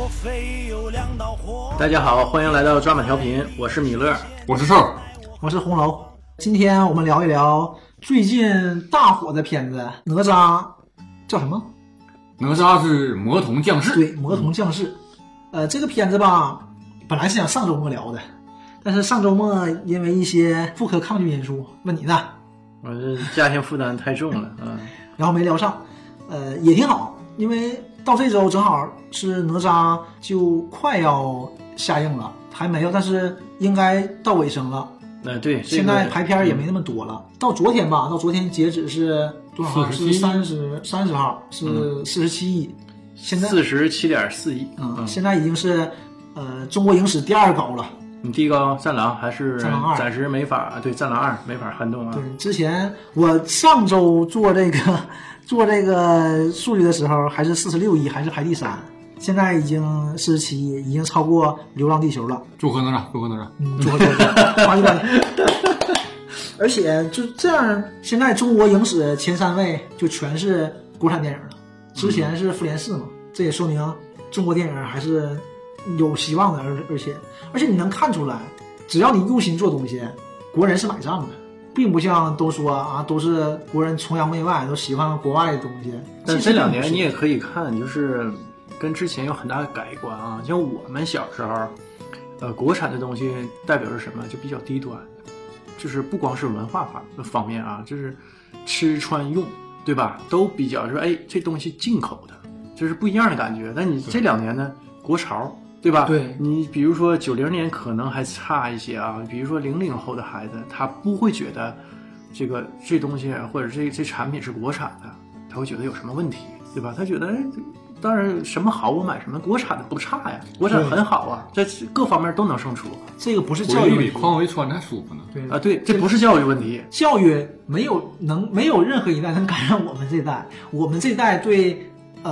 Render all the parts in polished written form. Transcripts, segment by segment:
大家好，欢迎来到抓马调频，我是米勒， 我是瘦， 我是红楼。今天我们聊一聊最近大火的片子哪吒，叫什么？ 哪吒是魔童降世。 对，魔童降世。这个片子吧，本来是想上周末聊的，但是上周末因为一些不可抗拒因素，问你呢？ 我这家庭负担太重了， 然后没聊上。也挺好，因为到这周正好是哪吒就快要下映了，还没有，但是应该到尾声了。 对， 现在排片也没那么多了。到昨天吧，到昨天截止是多少号？是30号，是47亿。现在 47.4亿。 现在已经是中国影史第二高了。 你第一高战狼还是战狼2？ 暂时没法，对，战狼2没法撼动啊。 对，之前我上周做这个数据的时候还是46亿，还是排第3。现在已经47亿，已经超过《流浪地球》了。 祝贺哪吒，祝贺哪吒， 祝贺，欢迎。而且就这样，现在中国影史前3位就全是国产电影了。之前是复联4嘛，这也说明中国电影还是有希望的，而且你能看出来，只要你用心做东西，国人是买账的，并不像都说啊，都是国人崇洋媚外，都喜欢国外的东西。 但这2年你也可以看，就是跟之前有很大的改观啊。像我们小时候，国产的东西代表着什么？就比较低端，就是不光是文化方面啊，就是吃穿用，对吧？都比较说，这东西进口的，就是不一样的感觉。但你这2年呢，国潮。对吧？ 对， 你比如说90年可能还差一些啊，比如说00后的孩子，他不会觉得这东西或者这产品是国产的，他会觉得有什么问题，对吧？他觉得当然什么好我买什么，国产的不差呀，国产很好啊，这各方面都能胜出。 这个不是教育问题， 比匡威穿着还舒服呢。 对啊，对，这不是教育问题， 教育没有任何一代能赶上我们这代，我们这代对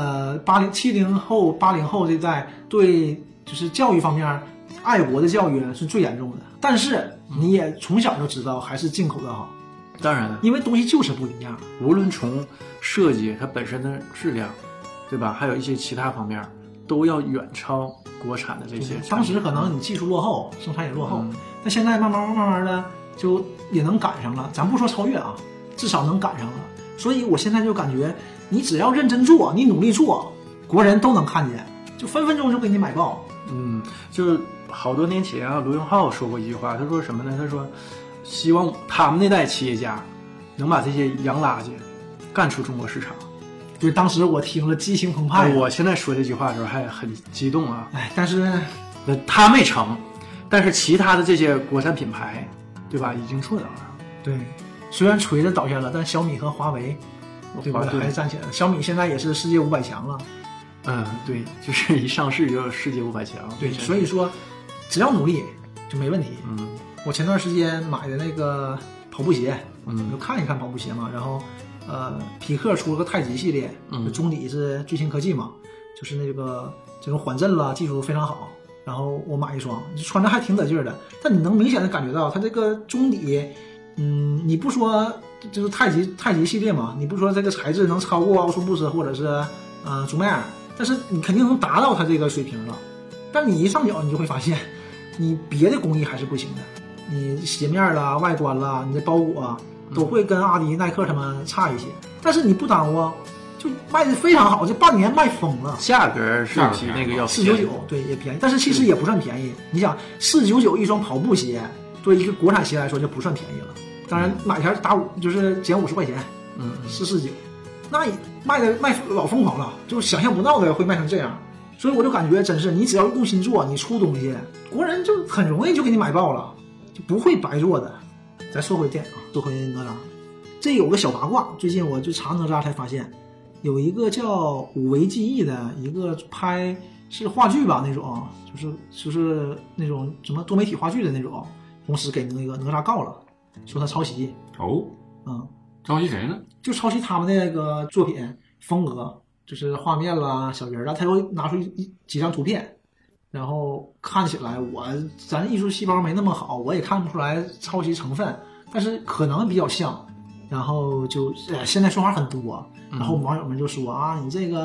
70后80后这代对。就是教育方面，爱国的教育是最严重的。但是你也从小就知道，还是进口的好。 当然了， 因为东西就是不一样。 无论从设计它本身的质量，对吧？还有一些其他方面，都要远超国产的这些。 当时可能你技术落后，生产也落后，但现在慢慢的就也能赶上了。咱不说超越啊，至少能赶上了。所以我现在就感觉，你只要认真做，你努力做，国人都能看见，就分分钟就给你买爆。 就是好多年前啊，罗永浩说过一句话，他说什么呢？他说希望他们那代企业家能把这些洋垃圾干出中国市场。 对，当时我听了激情澎湃。 我现在说这句话的时候还很激动啊。 但是他没成，但是其他的这些国产品牌，对吧，已经做到了。 对，虽然锤子倒下了，但小米和华为，对吧，还是站起来了。小米现在也是世界500强了。 对，就是一上市就世界500强。 对，所以说只要努力就没问题。我前段时间买的那个跑步鞋，就看一看跑步鞋嘛，然后匹克出了个太极系列，中底是最新科技嘛，就是这种缓震啦，技术非常好。然后我买一双，穿着还挺得劲的，但你能明显的感觉到它这个中底，你不说就是太极系列嘛，你不说这个材质能超过奥数布斯或者是祖迈尔。但是你肯定能达到它这个水平了，但你一上脚你就会发现，你别的工艺还是不行的，你鞋面啦、外观啦、你的包裹都会跟阿迪、耐克他们差一些。但是你不耽误，就卖的非常好，这半年卖疯了。 价格是比那个要 499，对，也便宜，但是其实也不算便宜。你想499一双跑步鞋，对一个国产鞋来说就不算便宜了。当然买条打5就是减50块钱，449。那卖老疯狂了，就想象不到的会卖成这样，所以我就感觉真是你只要用心做，你出东西，国人就很容易就给你买爆了，就不会白做的。咱说回电影，说回哪吒，这有个小八卦，最近我就查哪吒才发现，有一个叫五维记忆的一个拍是话剧吧那种，就是那种什么多媒体话剧的那种公司给那个哪吒告了，说他抄袭。 抄袭谁呢？就抄袭他们那个作品风格，就是画面啦、小人啦，他会拿出几张图片，然后看起来咱艺术细胞没那么好，我也看不出来抄袭成分，但是可能比较像。然后就现在说法很多，然后网友们就说啊，你这个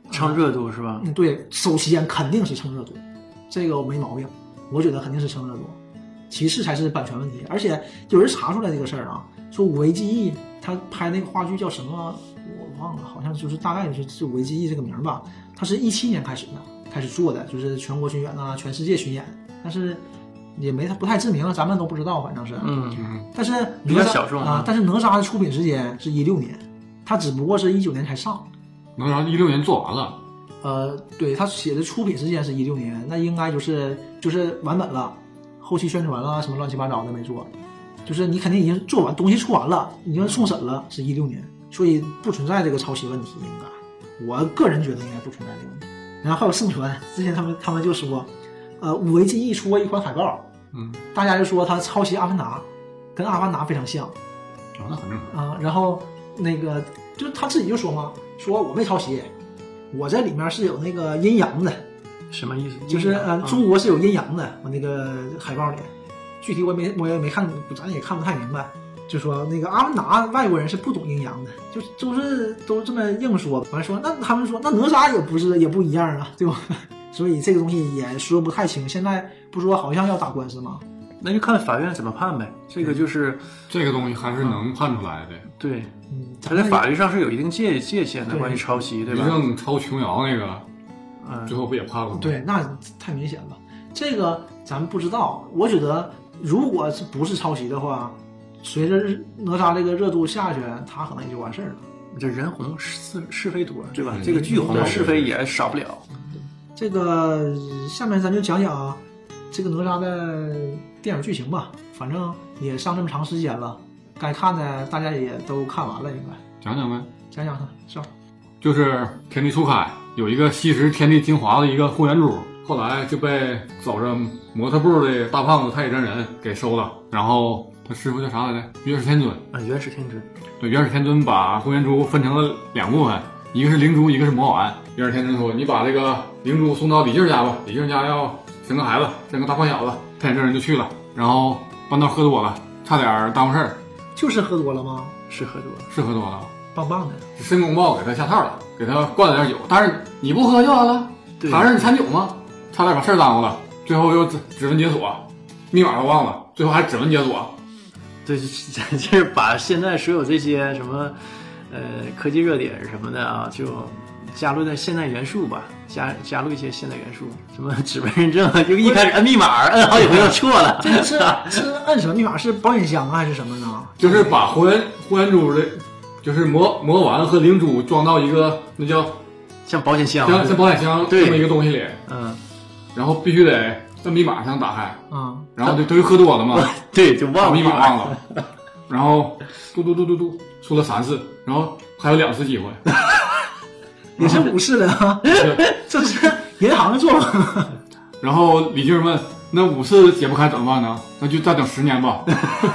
蹭热度是吧？ 对，首先肯定是蹭热度，这个没毛病，我觉得肯定是蹭热度。其次才是版权问题，而且有人查出来这个事儿啊，说五维记忆他拍那个话剧叫什么我忘了，好像就是大概就是五维记忆这个名吧，他是17年开始做的，就是全国巡演啊，全世界巡演，但是也不太知名，咱们都不知道，反正是，但是比较小众啊。但是哪吒的出品时间是16年，他只不过是19年才上。 哪吒16年做完了。 对，他写的出品时间是16年，那应该就是完本了，后期宣传了什么乱七八糟的没做，就是你肯定已经做完，东西出完了，已经送审了，是16年，所以不存在这个抄袭问题，应该，我个人觉得应该不存在这个问题。然后还有盛传，之前他们就说，五维记忆出过一款海报，大家就说他抄袭《阿凡达》，跟《阿凡达》非常像， 那很正常啊。然后那个就他自己就说嘛，说我没抄袭，我这里面是有那个阴阳的。 什么意思？ 就是中国是有阴阳的，我那个海报里，具体我也没看，咱也看不太明白。就说那个阿凡达外国人是不懂阴阳的，都这么硬说。完说那他们说那哪吒也不一样啊，对吧？所以这个东西也说不太清。现在不说好像要打官司吗？ 那就看法院怎么判呗。这个就是这个东西还是能判出来的。 对，它在法律上是有一定界限的，关于抄袭，对吧？ 李正抄琼瑶那个。最后不也判了吗？ 对，那太明显了。这个咱们不知道。我觉得，如果不是抄袭的话，随着哪吒这个热度下去，他可能也就完事儿了。 这人红是非多，对吧？这个剧红是非也少不了。 这个下面咱就讲讲这个哪吒的电影剧情吧。反正也上这么长时间了，该看的大家也都看完了，应该讲讲呗， 讲讲它是吧？ 就是天地初开。有一个吸食天地精华的一个混元珠，后来就被走着模特部的大胖子太乙真人给收了。然后他师傅叫啥来着？元始天尊啊，元始天尊。对， 元始天尊把混元珠分成了2部分，一个是灵珠，一个是魔丸。元始天尊说：“你把这个灵珠送到李靖家吧，李靖家要生个孩子，生个大胖小子。”太乙真人就去了，然后半道喝多了，差点耽误事儿。 就是喝多了吗？ 是喝多了， 是喝多了。 棒棒的， 申公豹给他下套了，给他灌了点酒，但是你不喝就完了，还让你掺酒吗？差点把事儿耽误了，最后又指纹解锁，密码都忘了，最后还指纹解锁。 对，就是把现在所有这些什么科技热点什么的啊，就加入在现代元素吧，加入一些现代元素，什么指纹认证，就一开始摁密码，摁好几回又错了。 这个是摁什么密码？是保险箱啊还是什么呢？ 就是把混元珠的。就是魔丸和灵珠装到一个那叫像保险箱， 像保险箱这么一个东西里，然后必须得摁密码才能打开，然后就喝多了嘛， 对，就忘了密码忘了，然后嘟出了3次，然后还有2次机会， 也是5次的啊，这是银行的做法。 然后李靖问：“那5次解不开怎么办呢？那就再等10年吧。”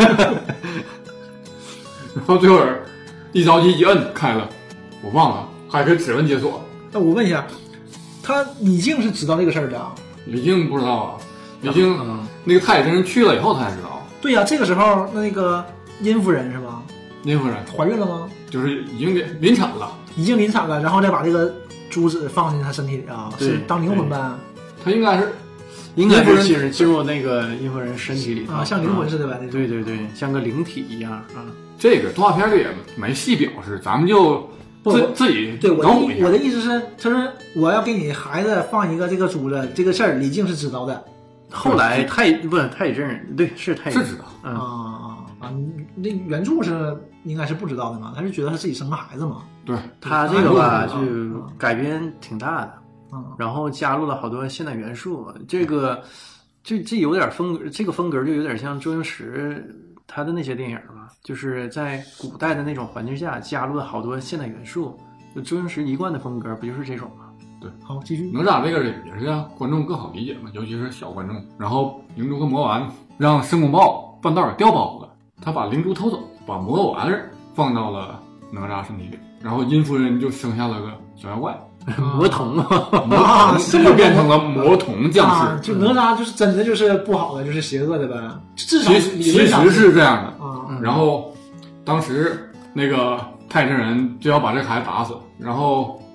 到最后一着急一摁开了，我忘了还可以指纹解锁。 那我问一下，李靖是知道这个事儿的啊？ 李靖不知道啊，李靖那个太乙真人去了以后他才知道。 对呀，这个时候那个殷夫人是吧？ 殷夫人怀孕了吗？ 就是已经临产了， 已经临产了，然后再把这个珠子放进她身体里啊，是当灵魂呗？ 他应该是进入那个殷夫人身体里啊，像灵魂似的呗。 对，像个灵体一样啊。 这个动画片里也没细表示，咱们就自己对我的意思是，他说我要给你孩子放一个这个珠子，这个事儿李靖是知道的。 后来太乙真人对是太乙是知道那原著是应该是不知道的嘛，他是觉得他自己生个孩子嘛。 对， 他这个吧就改编挺大的，然后加入了好多现代元素，这有点风格，这个风格就有点像周星驰他的那些电影吧，就是在古代的那种环境下加入了好多现代元素，就周星驰一贯的风格不就是这种吗？ 对， 好，继续。 哪吒这个也是让观众更好理解嘛，尤其是小观众。然后灵珠和魔丸让申公豹半道给调包了，他把灵珠偷走，把魔丸放到了哪吒身体里，然后殷夫人就生下了个小妖怪。 魔童啊，就变成了魔童降世。 就哪吒就是真的就是不好的，就是邪恶的呗。至少其实是这样的。然后当时那个太乙真人就要把这孩子打死，然后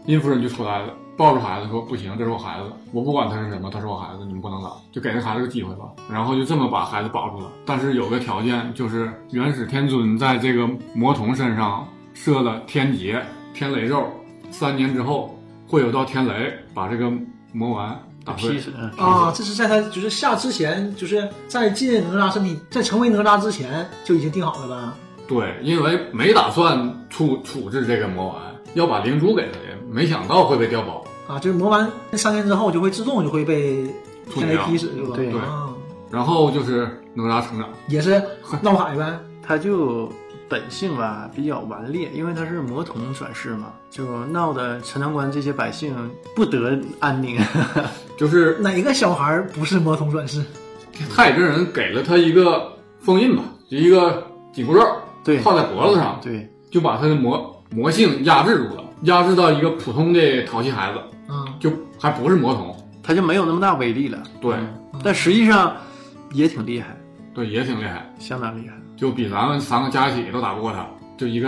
殷夫人就出来了，抱住孩子说不行，这是我孩子，我不管他是什么，他是我孩子，你们不能打，就给这孩子个机会吧。然后就这么把孩子保住了。但是有个条件，就是元始天尊在这个魔童身上设了天劫天雷咒，3年之后会有道天雷把这个魔丸打碎啊。这是在他就是下之前，就是在进哪吒身体，在成为哪吒之前就已经定好了吧？ 对，因为没打算处置这个魔丸，要把灵珠给他的，没想到会被调包啊。就是魔丸3年之后就会自动就会被天雷劈死，是吧？ 对。然后就是哪吒成长， 也是闹海呗。 他就本性吧比较顽劣，因为他是魔童转世嘛，就闹得陈塘关这些百姓不得安宁。 就是哪个小孩不是魔童转世？ 太乙真人给了他一个封印吧，一个紧箍咒。 对， 套在脖子上， 对， 就把他的魔性压制住了，压制到一个普通的淘气孩子，就还不是魔童， 他就没有那么大威力了。 对， 但实际上也挺厉害， 对，也挺厉害， 相当厉害， 就比咱们3个加一起都打不过他，就一个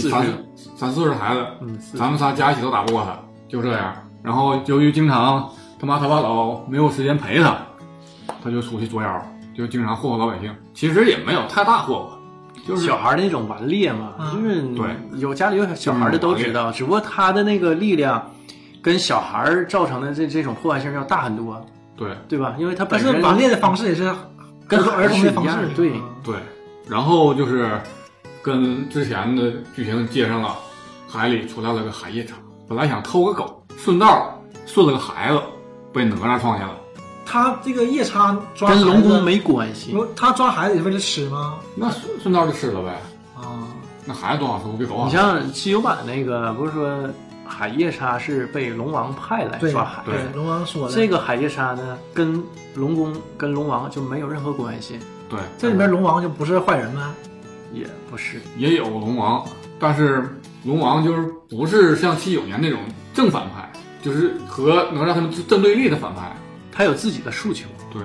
3、4岁的孩子，咱们仨加一起都打不过他，就这样。然后由于经常他爸老没有时间陪他，他就出去作妖，就经常祸祸老百姓，其实也没有太大祸祸。 就是小孩那种顽劣嘛，就是对， 有家里有小孩的都知道，只不过他的那个力量跟小孩造成的这种破坏性要大很多，对吧？因为他本身但是顽劣的方式也是跟儿童的方式， 对。 然后就是跟之前的剧情接上了，海里出来了个海夜叉，本来想偷个狗，顺道顺了个孩子，被哪吒撞下了。 他这个夜叉抓跟龙宫没关系， 他抓孩子也是为了吃吗？ 那顺道就吃了呗。 啊， 那孩子多好吃，比狗好吃。 你像西游版那个，不是说海夜叉是被龙王派来抓孩子？ 对，龙王说的。 这个海夜叉呢，跟龙宫跟龙王就没有任何关系。 对， 这里面龙王就不是坏人吗？ 也不是， 也有龙王，但是龙王就是不是像79年那种正反派，就是和哪吒他们正对立的反派。 他有自己的诉求， 对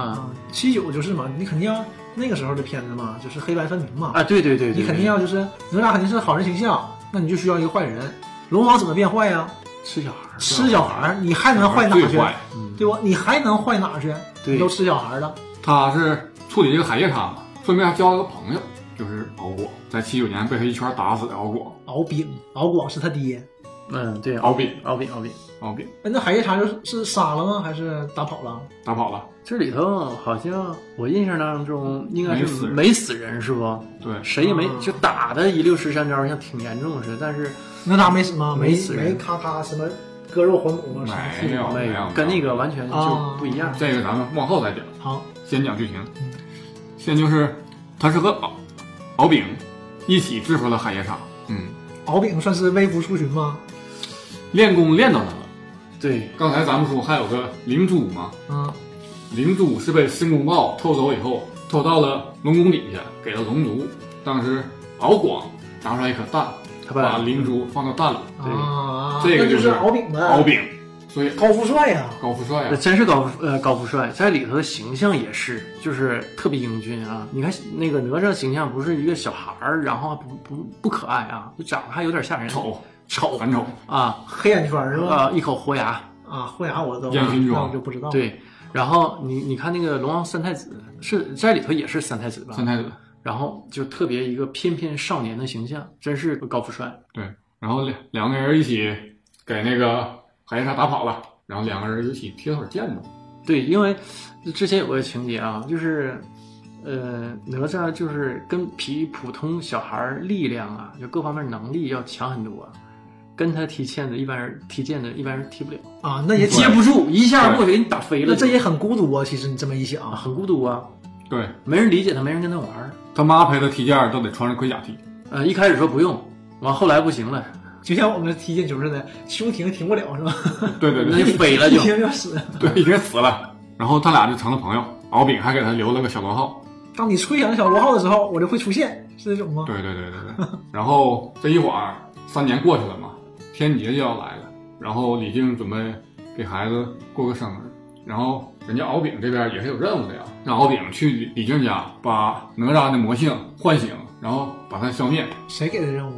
79就是嘛，你肯定要那个时候的片子嘛，就是黑白分明嘛。 啊，对， 你肯定要就是哪吒肯定是好人形象，那你就需要一个坏人。龙王怎么变坏呀？ 吃小孩，你还能坏哪去？对不？你还能坏哪去？ 对， 都吃小孩了。 他是处理这个海夜叉嘛，顺便还交了个朋友，就是敖广，在79年被他一拳打死的敖广。 敖广是他爹。 对， 敖丙。 那海夜叉是杀了吗？还是打跑了？ 打跑了。 这里头好像我印象当中应该是没死人，是不？ 对， 谁也没，就打的一溜13招，像挺严重似的。但是哪吒没死吗？ 没死人， 没咔咔什么割肉还母吗？ 没有， 跟那个完全就不一样。 这个咱们往后再讲。 好， 先讲剧情。先就是他是和敖丙一起制服了海夜叉。 敖丙算是微服出巡吗？ 练功练到他了。 对， 刚才咱们说还有个灵珠嘛，灵珠是被申公豹偷走以后，偷到了龙宫底下，给了龙族。当时敖广拿出来一颗蛋，他把灵珠放到蛋里。 对， 这个就是敖丙的。 敖丙，所以高富帅呀， 真是高富帅，在里头的形象也是，就是特别英俊啊。你看那个哪吒形象不是一个小孩儿，然后不可爱啊，就长得还有点吓人，丑， 很丑啊， 黑眼圈是吧？ 一口活牙啊，活牙我都烟熏妆， 我就不知道。 对，然后你看那个龙王三太子是在里头也是三太子吧？ 三太子， 然后就特别一个翩翩少年的形象，真是高富帅。 对，然后两个人一起给那个海夜叉打跑了，然后两个人一起踢了会儿毽子。 对，因为之前有个情节啊，就是哪吒就是比普通小孩力量啊，就各方面能力要强很多。跟他踢毽子，一般人踢不了啊，那也接不住，一下过去给你打飞了。 那这也很孤独啊，其实你这么一想， 很孤独啊。 对， 没人理解他，没人跟他玩。 他妈陪他踢毽都得穿着盔甲踢。 一开始说不用，完后来不行了， 就像我们踢毽球似的，休停不了是吧？ 对， 那就飞了就， 一停就死。 对，已经死了。然后他俩就成了朋友，敖丙还给他留了个小螺号。 当你吹响小螺号的时候，我就会出现，是这种吗？ 对。然后这一会儿3年过去了嘛。天劫就要来了，然后李靖准备给孩子过个生日，然后人家敖丙这边也是有任务的呀，让敖丙去李靖家把哪吒的魔性唤醒，然后把他消灭。 谁给的任务啊？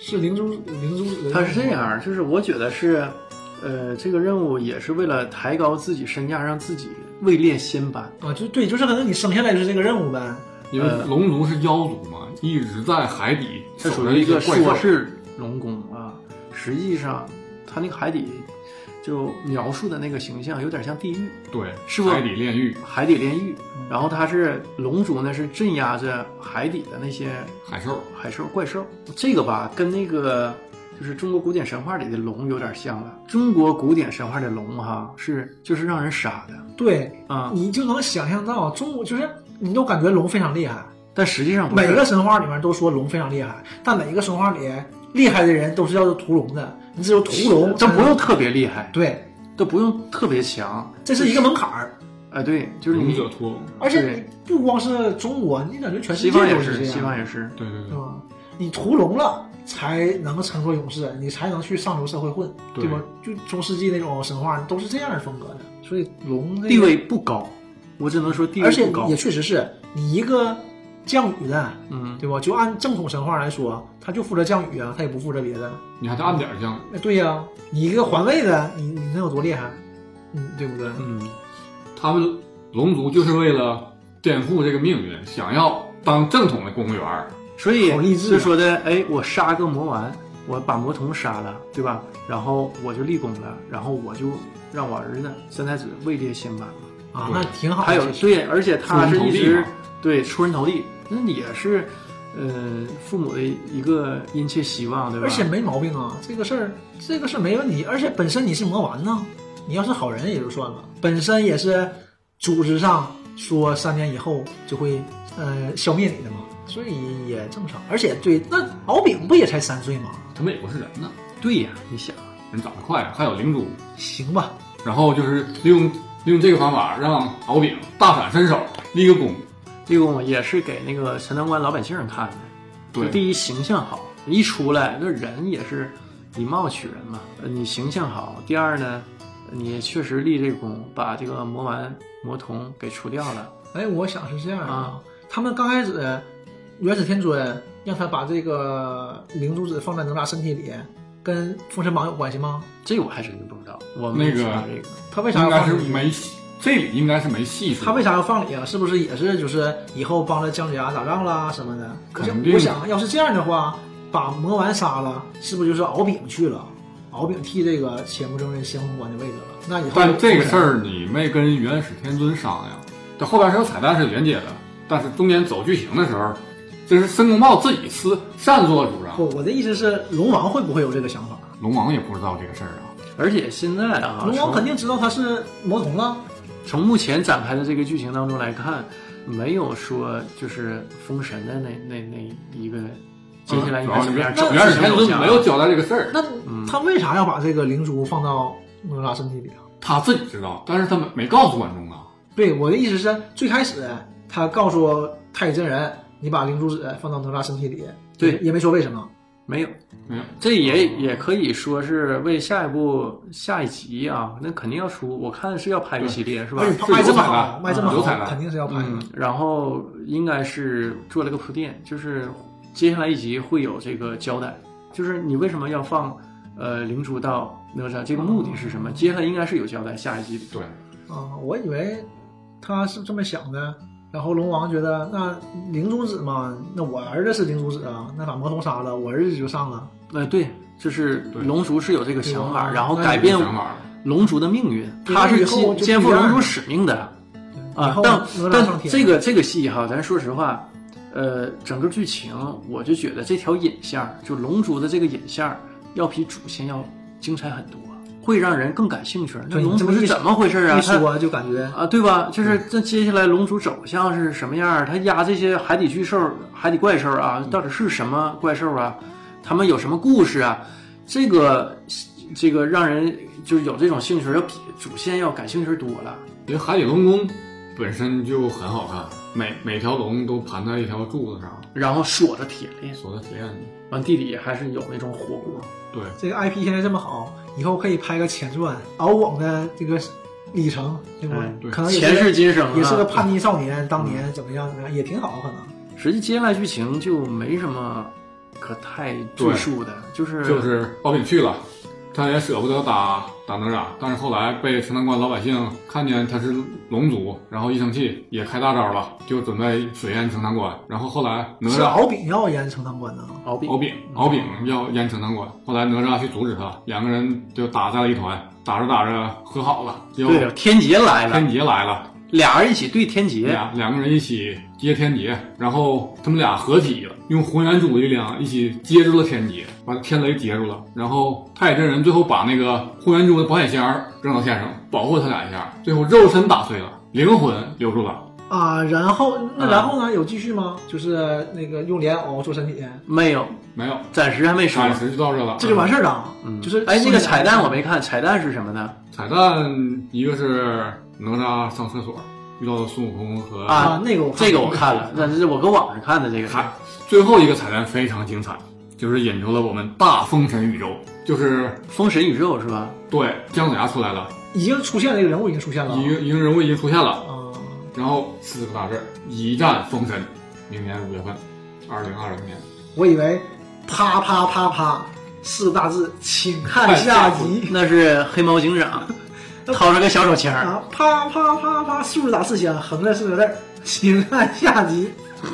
是灵珠子， 他是这样，就是我觉得是，这个任务也是为了抬高自己身价，让自己位列仙班啊，对，就是可能你生下来就是这个任务呗。 因为龙族是妖族嘛，一直在海底， 它属于一个说是龙宫啊，实际上它那个海底就描述的那个形象有点像地狱， 对， 是不？ 海底炼狱， 海底炼狱。然后它是龙族呢，是镇压着海底的那些海兽、 怪兽。这个吧，跟那个就是中国古典神话里的龙有点像了。中国古典神话的龙哈就是让人杀的， 对啊， 你就能想象到中国就是你都感觉龙非常厉害， 但实际上不是每个神话里面都说龙非常厉害，但每一个神话里厉害的人都是叫做屠龙的，你只有屠龙， 这不用特别厉害， 对， 都不用特别强， 这是一个门槛儿。 对，就是你勇者屠龙， 而且你不光是中国，你感觉全世界西方也都这样， 西方也是， 对， 是吧？你屠龙了，才能称作勇士，你才能去上流社会混，对吧？就中世纪那种神话都是这样的风格的，所以龙地位不高，我只能说地位不高， 而且也确实是你一个降雨的，对吧？就按正统神话来说，他就负责降雨啊，他也不负责别的。 你还得按点降雨。 对呀，你一个环卫的，你能有多厉害？对不对？ 他们龙族就是为了颠覆这个命运，想要当正统的公务员， 所以好励志就说的，我杀个魔丸，我把魔童杀了，对吧？然后我就立功了，然后我就让我儿子三太子位列仙班了啊，那挺好。 还有对，而且他是一直对出人头地，那也是父母的一个殷切希望，对吧？ 而且没毛病啊，这个事儿没问题，而且本身你是魔丸呢，你要是好人也就算了，本身也是组织上说3年以后就会消灭你的嘛，所以也正常。而且对，那敖丙不也才3岁吗？ 他们也不是人呢。 对呀，你想人长得快，还有灵珠， 行吧。 然后就是利用这个方法让敖丙大展身手，立个功。 立功也是给那个陈塘关老百姓看的。 对， 第一形象好，一出来这人也是以貌取人嘛，你形象好。第二呢，你确实立这个功，把这个魔丸魔童给除掉了。 我想是这样啊，他们刚开始元始天尊让他把这个灵珠子放在哪吒身体里，跟封神榜有关系吗？ 这我还真不知道。我那个他为啥要放应该是没这里应该是没细说。 他为啥要放里啊？是不是也是就是以后帮着姜子牙打仗啦什么的？ 肯定。 我想要是这样的话，把魔丸杀了，是不是就是敖丙去了？敖丙替这个前不正任先锋官的位置了。那以后但这个事儿你没跟元始天尊商量，这后边是有彩蛋是连接的，但是中间走剧情的时候，这是申公豹自己擅作主张。 我的意思是，龙王会不会有这个想法？ 龙王也不知道这个事儿啊。 而且现在啊， 龙王肯定知道他是魔童了。 从目前展开的这个剧情当中来看，没有说就是封神的那一个接下来应该什么样。 元始天尊没有交代这个事儿。 那他为啥要把这个灵珠放到哪吒身体里啊？ 他自己知道，但是他没告诉观众啊。 对，我的意思是，最开始他告诉太乙真人，你把灵珠子放到哪吒身体里， 对， 也没说为什么。 没有，这也可以说是为下一集啊，那肯定要出。我看是要拍个系列，是吧？ 卖这么好，卖这么好，肯定是要拍的。 然后应该是做了个铺垫，就是接下来一集会有这个交代，就是你为什么要放灵珠到哪吒，这个目的是什么？接下来应该是有交代，下一集里。 对， 我以为他是这么想的。然后龙王觉得那灵珠子嘛，那我儿子是灵珠子啊，那把魔童杀了，我儿子就上了。 对，就是龙族是有这个想法，然后改变龙族的命运，他是肩负龙族使命的啊。但这个戏哈，咱说实话，整个剧情我就觉得这条引线，就龙族的这个引线，要比主线要精彩很多。会让人更感兴趣。那龙族是怎么回事啊？ 一说就感觉对吧？就是这接下来龙族走向是什么样？他压这些海底巨兽、海底怪兽啊，到底是什么怪兽啊？他们有什么故事啊？这个让人就是有这种兴趣，要比主线要感兴趣多了。 因为海底龙宫本身就很好看，每条龙都盘在一条柱子上， 然后锁着铁链，完地底还是有那种火锅。 对， 这个 IP 现在这么好，以后可以拍个前传，敖广的这个里程，对吧？可能前世今生， 也是个叛逆少年，当年怎么样，也挺好，可能。 实际接下来剧情就没什么可太赘述的， 就是敖丙去了，他也舍不得打哪吒，但是后来被陈塘关老百姓看见他是龙族，然后一生气也开大招了，就准备水淹陈塘关。然后后来哪吒是敖丙要淹陈塘关呢？ 敖丙要淹陈塘关，后来哪吒去阻止他，两个人就打在了一团，打着打着和好了。 对，天劫来了，俩人一起对天劫， 两个人一起接天劫，然后他们俩合体了，用混元珠力量一起接住了天劫，把天雷接住了。然后太乙真人最后把那个混元珠的保险箱扔到天上，保护他俩一下，最后肉身打碎了，灵魂留住了。 啊，然后呢？有继续吗？就是那个用莲藕做身体？ 没有，暂时还没说， 暂时就到这了， 这就完事儿了。就是那个彩蛋我没看，彩蛋是什么呢？ 彩蛋一个是哪吒上厕所遇到了孙悟空和这个我看了，那是我搁网上看的这个。 最后一个彩蛋非常精彩，就是引出了我们大封神宇宙，就是封神宇宙是吧？ 对，姜子牙出来了， 已经出现了，这个人物已经出现了， 人物已经出现了。然后4个大字：一战封神。明年5月份，2020年。 我以为啪啪啪啪4个大字，请看下集。 那是黑猫警长掏出个小手枪啊，啪啪啪啪，竖着打4枪，横着4个字，请看下集。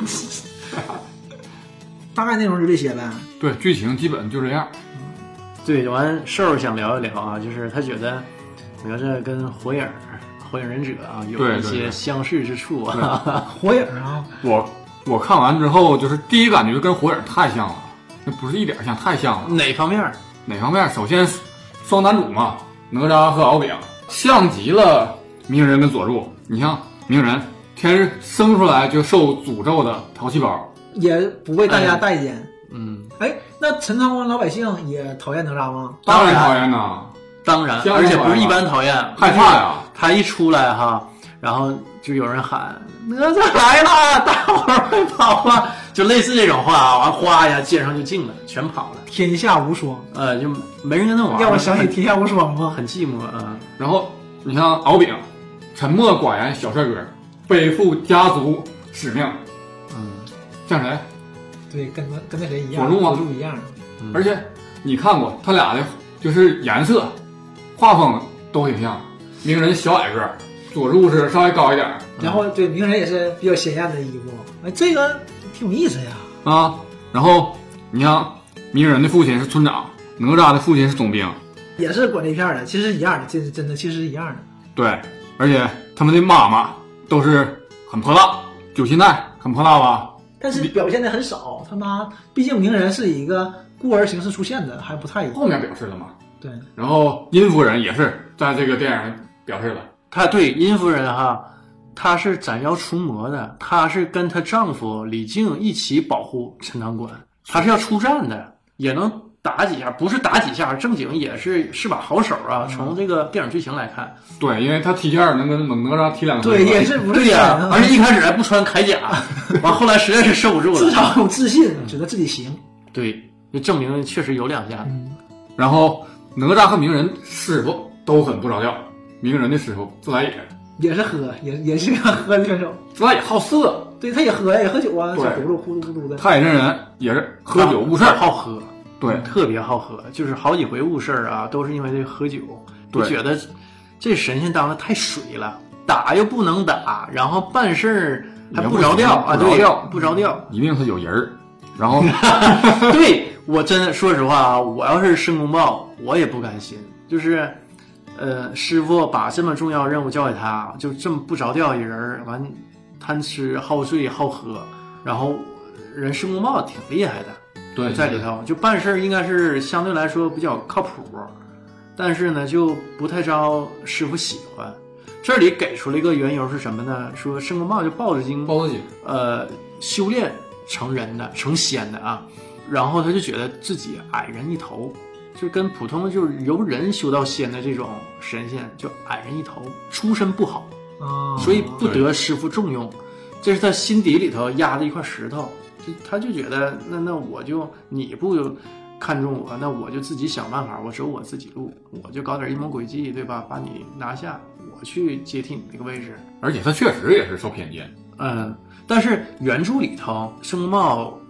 大概内容就这些呗。 对，剧情基本就这样。 对，完兽想聊一聊啊，就是他觉得哪吒跟火影忍者啊有一些相似之处啊。 火影啊， 我看完之后，就是第一感觉就跟火影太像了，那不是一点像，太像了。 哪方面？ 首先双男主嘛，哪吒和敖丙，像极了鸣人跟佐助。你像鸣人，天生出来就受诅咒的淘气包， 也不为大家待见。那陈塘关老百姓也讨厌哪吒吗？ 当然讨厌呐。 当然，而且不是一般讨厌， 害怕呀！ 他一出来哈，然后就有人喊哪吒来了，大伙儿快跑啊！就类似这种话啊，完哗呀，街上就静了，全跑了。 天下无双， 就没人跟他玩。 让我想起天下无双吗？ 很寂寞啊。 然后你像敖丙，沉默寡言小帅哥，背负家族使命，像谁？ 对，跟那谁一样， 佐助一样。 而且你看过他俩的，就是颜色。画风都挺像，鸣人小矮个，佐助是稍微高一点， 然后对鸣人也是比较鲜艳的衣服，这个挺有意思呀。 然后你像鸣人的父亲是村长，哪吒的父亲是总兵， 也是管这片的，其实一样的，这是真的，其实是一样的。 对，而且他们的妈妈都是很泼辣，就现在很泼辣吧， 但是表现的很少。他妈，毕竟鸣人是以一个孤儿形式出现的，还不太一样。 后面表示了嘛。 对， 然后殷夫人也是在这个电影表示了， 她对殷夫人哈，她是斩妖除魔的，她是跟她丈夫李靖一起保护陈塘关，她是要出战的，也能打几下，不是打几下，正经也是把好手啊。从这个电影剧情来看， 对，因为他踢毽能跟哪吒踢2回， 对，也是不是呀？而且一开始还不穿铠甲，完后来实在是受不住了， 至少有自信，觉得自己行。 对，就证明确实有2下。 然后哪吒和鸣人师傅都很不着调，鸣人的师傅自来也是喝，也是个喝的选手， 自来也好色， 对，他也喝呀，也喝酒啊，小葫芦呼噜呼噜的。 太乙真人也是喝酒误事儿， 好喝， 对， 特别好喝，就是好几回误事儿啊，都是因为这喝酒，就觉得这神仙当的太水了，打又不能打，然后办事儿还不着调啊，对，不着调， 一定是有人儿，然后对。我真的说实话啊，我要是申公豹，我也不甘心。就是，师傅把这么重要任务交给他，就这么不着调一人，完贪吃好睡好喝，然后人申公豹挺厉害的， 对， 在里头就办事应该是相对来说比较靠谱，但是呢就不太招师傅喜欢。这里给出了一个缘由是什么呢？说申公豹就抱着经，修炼成人的，成仙的啊。然后他就觉得自己矮人一头，就跟普通就是由人修到仙的这种神仙就矮人一头，出身不好所以不得师傅重用，这是他心底里头压的一块石头。他就觉得那我就你不看重我，那我就自己想办法，我走我自己路，我就搞点阴谋诡计，对吧？把你拿下，我去接替你那个位置。 而且他确实也是受偏见， 但是原著里头申公豹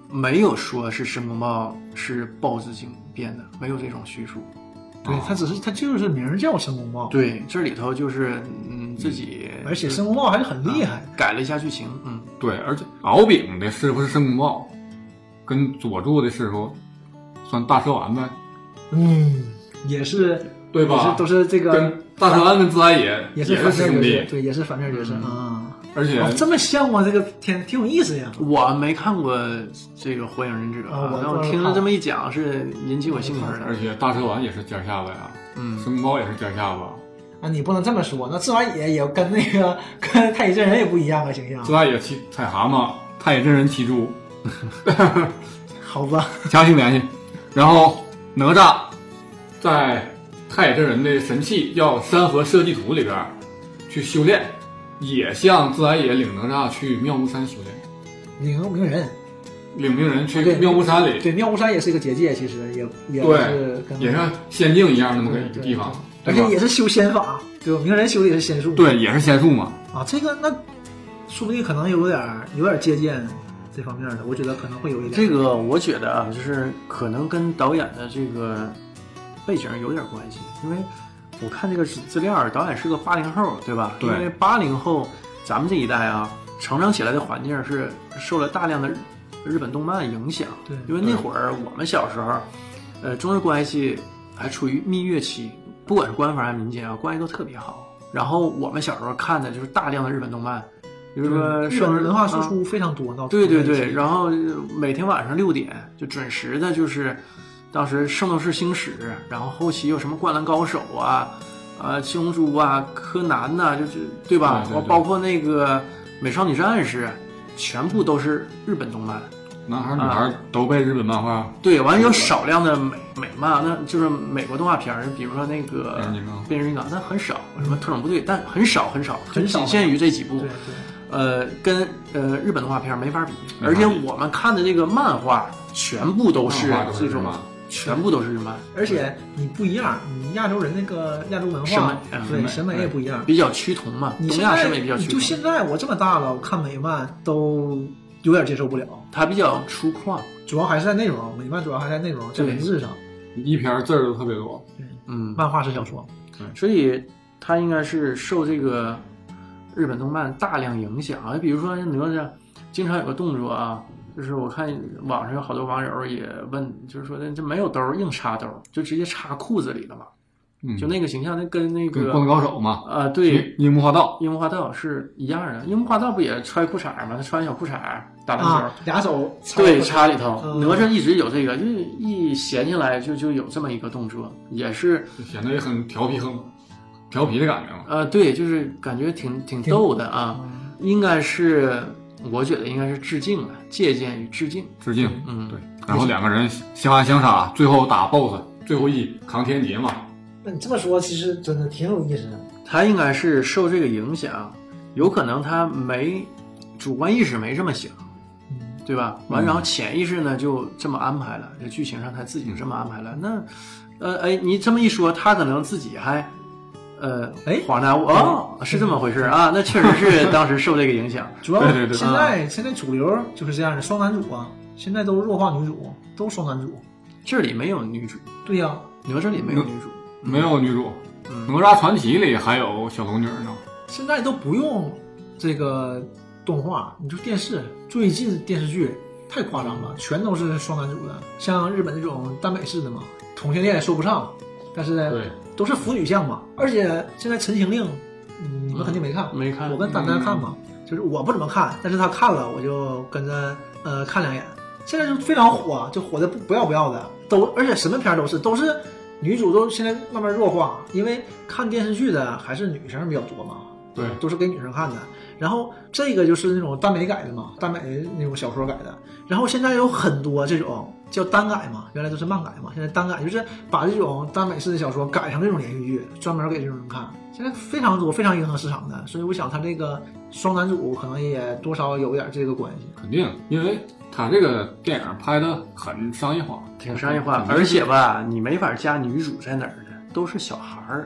没有说是申公豹是豹子精变的，没有这种叙述。 对，他就是名叫申公豹。 对，这里头就是自己， 而且申公豹还是很厉害， 改了一下剧情。 对，而且敖丙的师傅是申公豹，跟佐助的师傅算大蛇丸呗。 也是对吧？ 都是这个跟大蛇丸跟自来也是兄弟， 对，也是反面角色啊。 而且这么像吗？这个挺有意思呀。 我没看过这个《火影忍者》我听了这么一讲，是引起我兴趣的。 而且大蛇丸也是尖下巴呀，申公豹也是尖下巴。 啊，你不能这么说，那自来也跟那个跟太乙真人也不一样啊，形象。 自来也骑踩蛤蟆，太乙真人骑猪。 好吧， 强行联系。然后哪吒在太乙真人的神器叫山河设计图里边去修炼。也像自来也领哪吒去妙无山修炼， 领鸣人去妙无山里。 对，妙无山也是一个结界，其实也是跟也像仙境一样那么个一个地方， 而且也是修仙法，对吧？鸣人修的也是仙术， 对，也是仙术嘛。 啊，这个那说不定可能有点借鉴这方面的，我觉得可能会有一点。 这个我觉得啊，就是可能跟导演的这个背景有点关系，因为我看这个资料，导演是个80后，对吧？ 对。 因为80后，咱们这一代啊，成长起来的环境是受了大量的日本动漫影响。 对。 因为那会儿我们小时候，中日关系还处于蜜月期，不管是官方还是民间啊，关系都特别好。然后我们小时候看的就是大量的日本动漫，比如说日本文化输出非常多。 对，然后每天晚上6点就准时的，就是。当时《圣斗士星矢》，然后后期有什么《灌篮高手》啊，七龙珠啊，柯南呐，就是对吧？ 对， 包括那个《美少女战士》，全部都是日本动漫。 男孩女孩都被日本漫画。 对，完有少量的美漫，那就是美国动画片，比如说那个《变形金刚》，那很少，什么特种部队，但很少，仅限于这几部。跟日本动画片没法比，而且我们看的这个漫画全部都是这种。全部都是日漫， 而且你不一样，你亚洲人那个亚洲文化审美也不一样， 比较趋同嘛。东亚审美比较趋同。 就现在我这么大了，我看美漫都有点接受不了， 它比较粗犷， 主要还是在内容。美漫主要还在内容，在文字上， 一篇字儿都特别多。 对，漫画是小说， 所以它应该是受这个日本动漫大量影响啊。比如说哪吒，经常有个动作啊。就是我看网上有好多网友也问，就是说这没有兜硬插兜，就直接插裤子里了嘛。就那个形象，那跟那个灌篮高手嘛， 对， 樱木花道是一样的。樱木花道不也揣裤衩嘛？他穿小裤衩打篮球， 俩手对插里头。哪吒一直有这个，就一闲下来就有这么一个动作，也是显得也很调皮的感觉嘛。 对，就是感觉挺逗的啊。应该是。我觉得应该是致敬的，借鉴与致敬。 对。然后两个人相爱相杀，最后打 BOSS， 最后一扛天劫嘛。 那你这么说，其实真的挺有意思的。 他应该是受这个影响，有可能他主观意识没这么想，对吧？然后潜意识呢就这么安排了，这剧情上他自己就这么安排了。那你这么一说，他可能自己还。恍然悟是这么回事啊，那确实是当时受这个影响。 主要现在主流就是这样的，双男主啊，现在都弱化女主，都双男主。 这里没有女主。对呀，哪吒里没有女主， 没有女主。哪吒传奇里还有小龙女呢。 现在都不用这个动画，你就电视，最近电视剧太夸张了，全都是双男主的，像日本那种耽美式的嘛，同性恋也说不上，但是呢。 对。 都是腐女向嘛，而且现在《陈情令》，你们肯定没看， 没看。 我跟丹丹看嘛，就是我不怎么看，但是他看了，我就跟着看2眼。现在就非常火，就火的不要的，而且什么片都是女主都现在慢慢弱化，因为看电视剧的还是女生比较多嘛， 对， 都是给女生看的。然后这个就是那种耽美改的嘛，耽美那种小说改的。然后现在有很多这种叫单改嘛，原来都是漫改嘛，现在单改就是把这种耽美式的小说改成这种连续剧，专门给这种人看。现在非常多，非常迎合市场的，所以我想他这个双男主可能也多少有点这个关系。 肯定，因为他这个电影拍的很商业化， 挺商业化，而且吧，你没法加女主在哪儿的，都是小孩儿。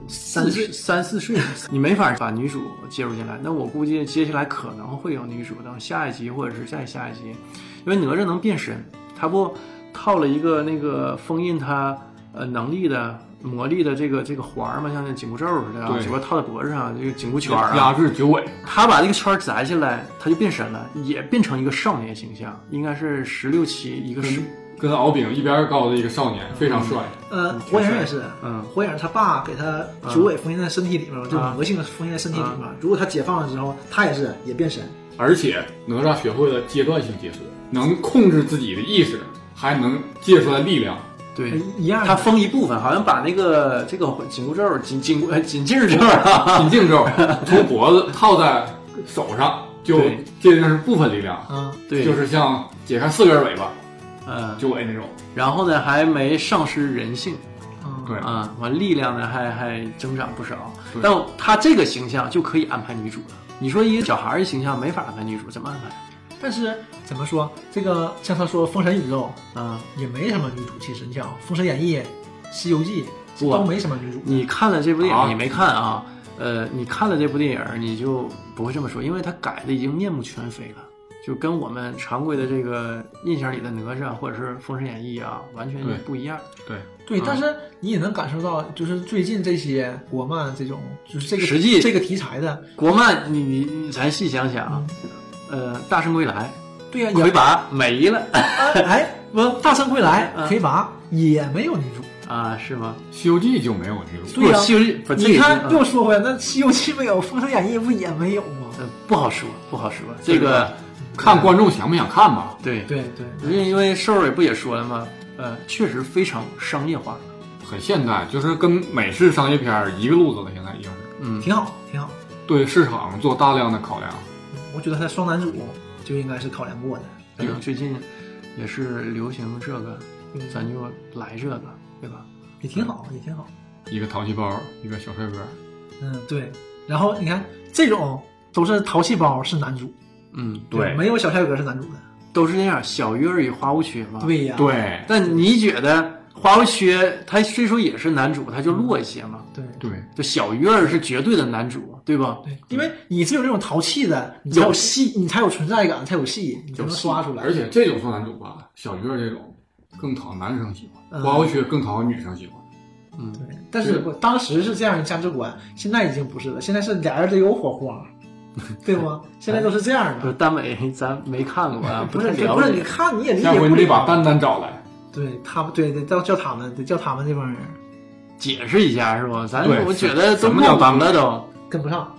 3、4岁，你没法把女主介入进来。那我估计接下来可能会有女主，等下一集或者是再下一集，因为哪吒能变身，他不套了一个那个封印他能力的魔力的这个环嘛，像那紧箍咒似的，只不过套在脖子上，这个紧箍圈压制九尾。 他把这个圈摘下来，他就变身了，也变成一个少年形象，应该是16、17一个跟敖丙一边高的一个少年，非常帅。 火影也是，火影他爸给他九尾封印在身体里面，就魔性封印在身体里面。如果他解放了之后，他也变身。 而且哪吒学会了阶段性解锁，能控制自己的意识，还能借出来力量。 对， 一样。 他封一部分，好像把这个紧箍咒、紧劲咒啊， 紧劲咒从脖子套在手上，就这就是部分力量。 对， 就是像解开4根尾巴，九尾那种。 然后呢，还没丧失人性。 对完力量呢还增长不少。但他这个形象就可以安排女主了。你说一个小孩的形象没法安排女主，怎么安排？ 但是怎么说，这个像他说《封神宇宙》也没什么女主。其实你想，《封神演义》《西游记》都没什么女主。 你看了这部电影，你没看啊？你看了这部电影，你就不会这么说，因为他改的已经面目全非了，就跟我们常规的这个印象里的哪吒或者是《封神演义》啊，完全不一样。 对，但是你也能感受到，就是最近这些国漫这种，就是这个实际这个题材的国漫，你咱细想想。大圣归来， 对呀， 魁拔没了。 大圣归来，魁拔也没有女主啊？是吗？ 西游记就没有女主。 对呀， 西游记你看又说回来，那西游记没有，封神演义不也没有吗？ 不好说。这个看观众想不想看吧。 对， 因为瘦伟不也说了吗？确实非常商业化， 很现代，就是跟美式商业片一个路子了。现在已经是，挺好。 对市场做大量的考量。 我觉得他双男主就应该是考量过的。 最近也是流行这个，咱就来这个，对吧？ 也挺好。 一个淘气包，一个小帅哥。 对。然后你看，这种都是淘气包是男主。 对， 没有小帅哥是男主的， 都是这样。小鱼儿与花无缺嘛。 对呀。 对。 但你觉得花无缺他虽说也是男主，他就弱一些嘛？ 对。 就小鱼儿是绝对的男主，对吧？ 对，因为你只有这种淘气的，你才有戏，你才有存在感，才有戏，你才能刷出来。 而且这种算男主吧，小鱼儿这种更讨男生喜欢，花无缺更讨女生喜欢。 对。但是当时是这样的价值观，现在已经不是了，现在是俩人得有火花。对吗？现在都是这样的。 耽美咱没看过啊， 不是，你看你也理解不了。下回你得把丹找来。 对他们，对，叫他们这帮人解释一下，是吧？我觉得都没有了，都跟不上。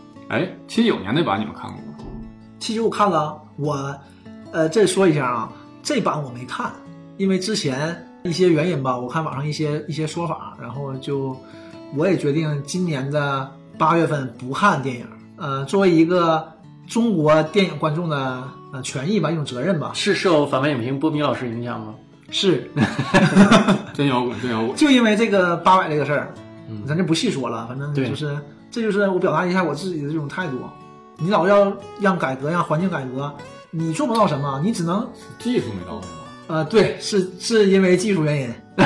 79年那版你们看过吗 ？79我看了，我这说一下啊，这版我没看，因为之前一些原因吧，我看网上一些说法，然后我也决定今年的8月份不看电影。作为一个中国电影观众的权益吧，一种责任吧。 是受反派影评波米老师影响吗？ 是。 真摇滚。 就因为这个800这个事儿，咱就不细说了，反正这就是我表达一下我自己的这种态度。你老要让改革，让环境改革，你做不到什么，你只能技术没到位吧？ 对，是因为技术原因。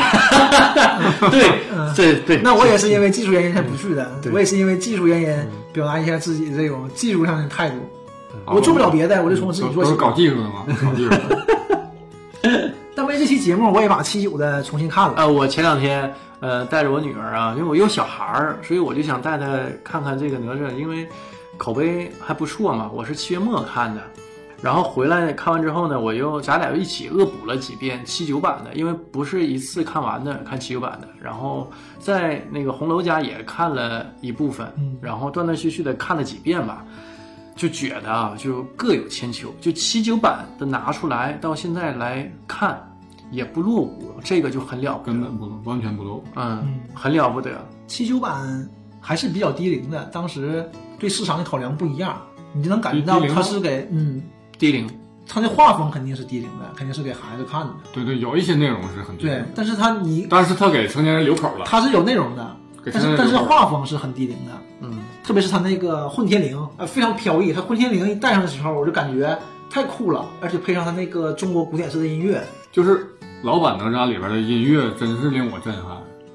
对， 那我也是因为技术原因才不去的。我也是因为技术原因表达一下自己的这种技术上的态度。我做不了别的，我就从我自己做起。 都是搞技术的吗？搞技术的。 但为这期节目，我也把79的重新看了。 我前2天带着我女儿啊，因为我有小孩儿，所以我就想带她看看这个哪吒，因为口碑还不错嘛。我是7月末看的。然后回来看完之后呢，咱俩又一起恶补了几遍79版的，因为不是一次看完的，看79版的。然后在那个红楼家也看了一部分，然后断断续续的看了几遍吧，就觉得啊，就各有千秋。就79版的拿出来到现在来看，也不落伍，这个就很了不得， 根本不完全不落伍。 很了不得。 79版还是比较低龄的，当时对市场的考量不一样，你就能感觉到它是给低龄， 他的画风肯定是低龄的，肯定是给孩子看的。 对，有一些内容是很低龄的。 对，但是他给成年人留口了。 他是有内容的，但是画风是很低龄的。特别是他那个混天绫，非常飘逸。他混天绫一戴上的时候，我就感觉太酷了，而且配上他那个中国古典式的音乐， 就是老版哪吒里边的音乐真是令我震撼。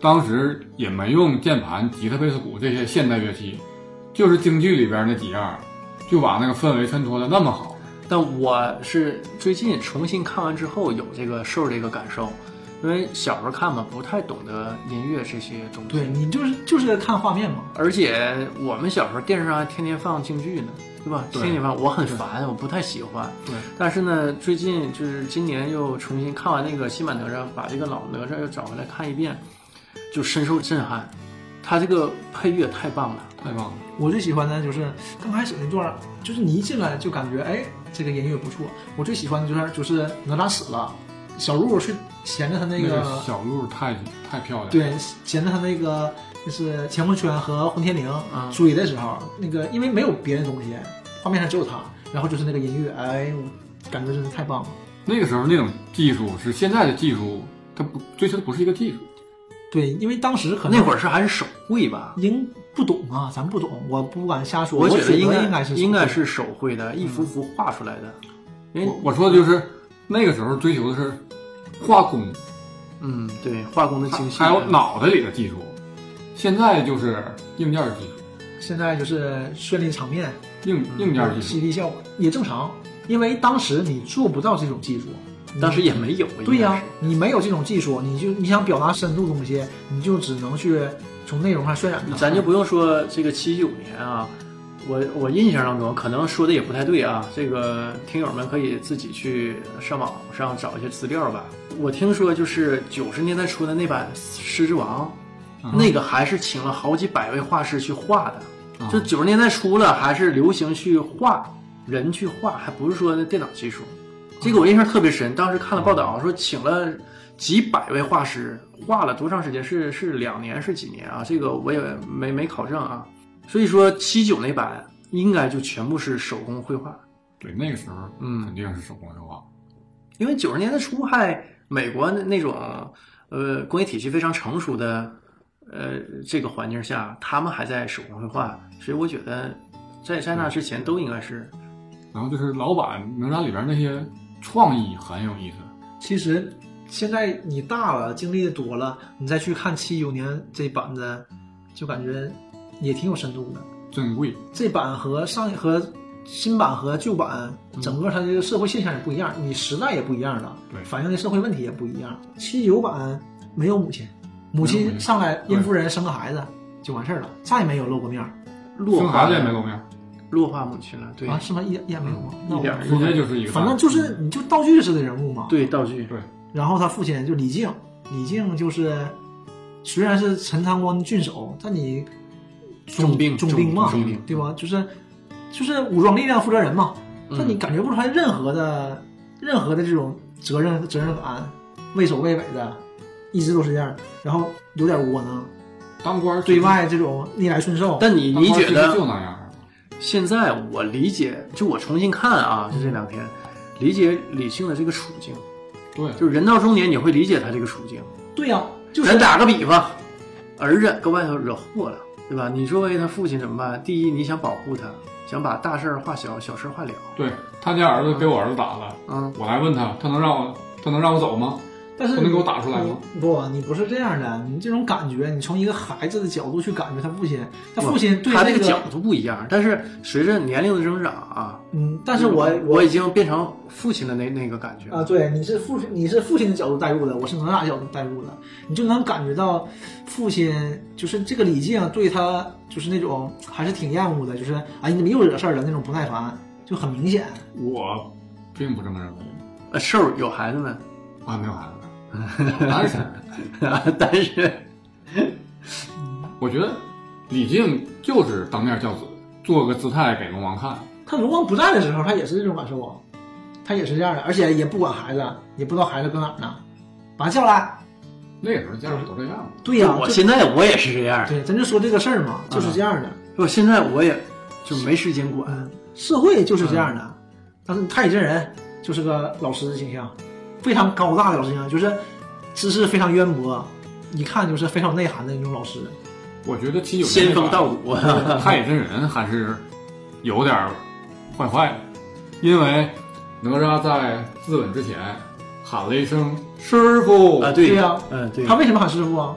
当时也没用键盘、吉他、贝斯鼓这些现代乐器，就是京剧里边那几样，就把那个氛围衬托的那么好。 但我是最近重新看完之后有这个受这个感受，因为小时候看嘛，不太懂得音乐这些东西。 对，你就是看画面嘛。 而且我们小时候电视上还天天放京剧呢，对吧？ 对天天放，我很烦，我不太喜欢。 对。 但是呢，最近就是今年又重新看完那个新版哪吒，把这个老哪吒又找回来看一遍，就深受震撼。他这个配乐太棒了， 太棒了！ 我最喜欢的就是刚开始那段，就是你一进来就感觉哎，这个音乐不错。我最喜欢的就是哪吒死了，小鹿去衔着他那个小鹿太漂亮了。 对，衔着他那个就是乾坤圈和混天绫追的时候，那个因为没有别的东西，画面上只有他，然后就是那个音乐，哎，我感觉真是太棒了。 那个时候那种技术是现在的技术，它追求的不是一个技术。 对，因为当时可能那会儿是还是手绘吧， 不懂啊，咱不懂，我不敢瞎说。 我觉得应该是手绘的，一幅幅画出来的。 我说的就是那个时候追求的是画工， 对，画工的精细， 还有脑袋里的技术。现在就是硬件技术， 现在就是绚丽场面， 硬件技术， 犀利效果也正常，因为当时你做不到这种技术。 当时也没有， 对呀，你没有这种技术，你想表达深度东西，你就只能去从内容上渲染它。 咱就不用说这个79年啊，我印象当中可能说的也不太对啊，这个听友们可以自己去上网上找一些资料吧。我听说就是90年代出的那版《狮之王》，那个还是请了好几百位画师去画的，就90年代初了，还是流行去画人去画，还不是说那电脑技术。这个我印象特别深，当时看了报道说请了几百位画师，画了多长时间？是2年是几年啊？这个我也没考证啊。所以说79那版应该就全部是手工绘画。 对，那个时候肯定是手工绘画， 因为90年代初美国那种工业体系非常成熟的这个环境下，他们还在手工绘画，所以我觉得在那之前都应该是。 然后就是老版哪吒里边那些创意很有意思。 其实现在你大了，经历的多了，你再去看79年这版子，就感觉也挺有深度的， 珍贵。 这版和新版和旧版，整个它这个社会现象也不一样，你时代也不一样了， 对， 反映的社会问题也不一样。79版没有母亲上来殷夫人生个孩子就完事儿了，再也没有露过面， 生孩子也没露面。 弱化母亲了，对啊，是吗？一点没有吗？ 一点直接就是一个， 反正就是你就道具式的人物嘛。 对，道具对。 然后他父亲就李靖就是虽然是陈塘关郡守，但你重兵嘛， 对吧？就是武装力量负责人嘛，但你感觉不出来任何的这种责任感，畏首畏尾的，一直都是这样，然后有点窝囊， 当官对外这种逆来顺受。 但你觉得就那样？ 现在我理解，就我重新看啊，就这2天理解李靖的这个处境， 对， 就是人到中年你会理解他这个处境。 对呀，就是咱打个比方，儿子搁外头惹祸了，对吧？你作为他父亲怎么办？第一，你想保护他，想把大事化小，小事化了。 对，他家儿子给我儿子打了，我来问他能让我走吗？ 但是不能给我打出来吗？ 不，你不是这样的，你这种感觉，你从一个孩子的角度去感觉他父亲对他这个角度不一样，但是随着年龄的增长啊， 但是我已经变成父亲的那个感觉啊，对，你是父亲的角度带入的，我是哪吒角度带入的，你就能感觉到父亲就是这个李靖对他就是那种还是挺厌恶的，就是你怎么又惹事儿了那种不耐烦，就很明显。 我并不这么认为。 兽有孩子没？ 啊，没有孩子。单身， 但是， 我觉得李靖就是当面教子，做个姿态给龙王看。 他龙王不在的时候，他也是这种感受啊，他也是这样的，而且也不管孩子，也不知道孩子搁哪儿呢，把他叫来。 那个时候家长都这样。 对呀， 我现在我也是这样。 对，咱就说这个事儿嘛，就是这样的。 我现在我也就没时间管， 社会就是这样的。但是太乙真人就是个老师的形象。非常高大的老师形象，就是知识非常渊博，一看就是非常有内涵的那种老师。 我觉得79年仙风道骨， 太乙真人还是有点坏的，因为哪吒在自刎之前喊了一声师傅啊，对呀， 对， 他为什么喊师傅啊？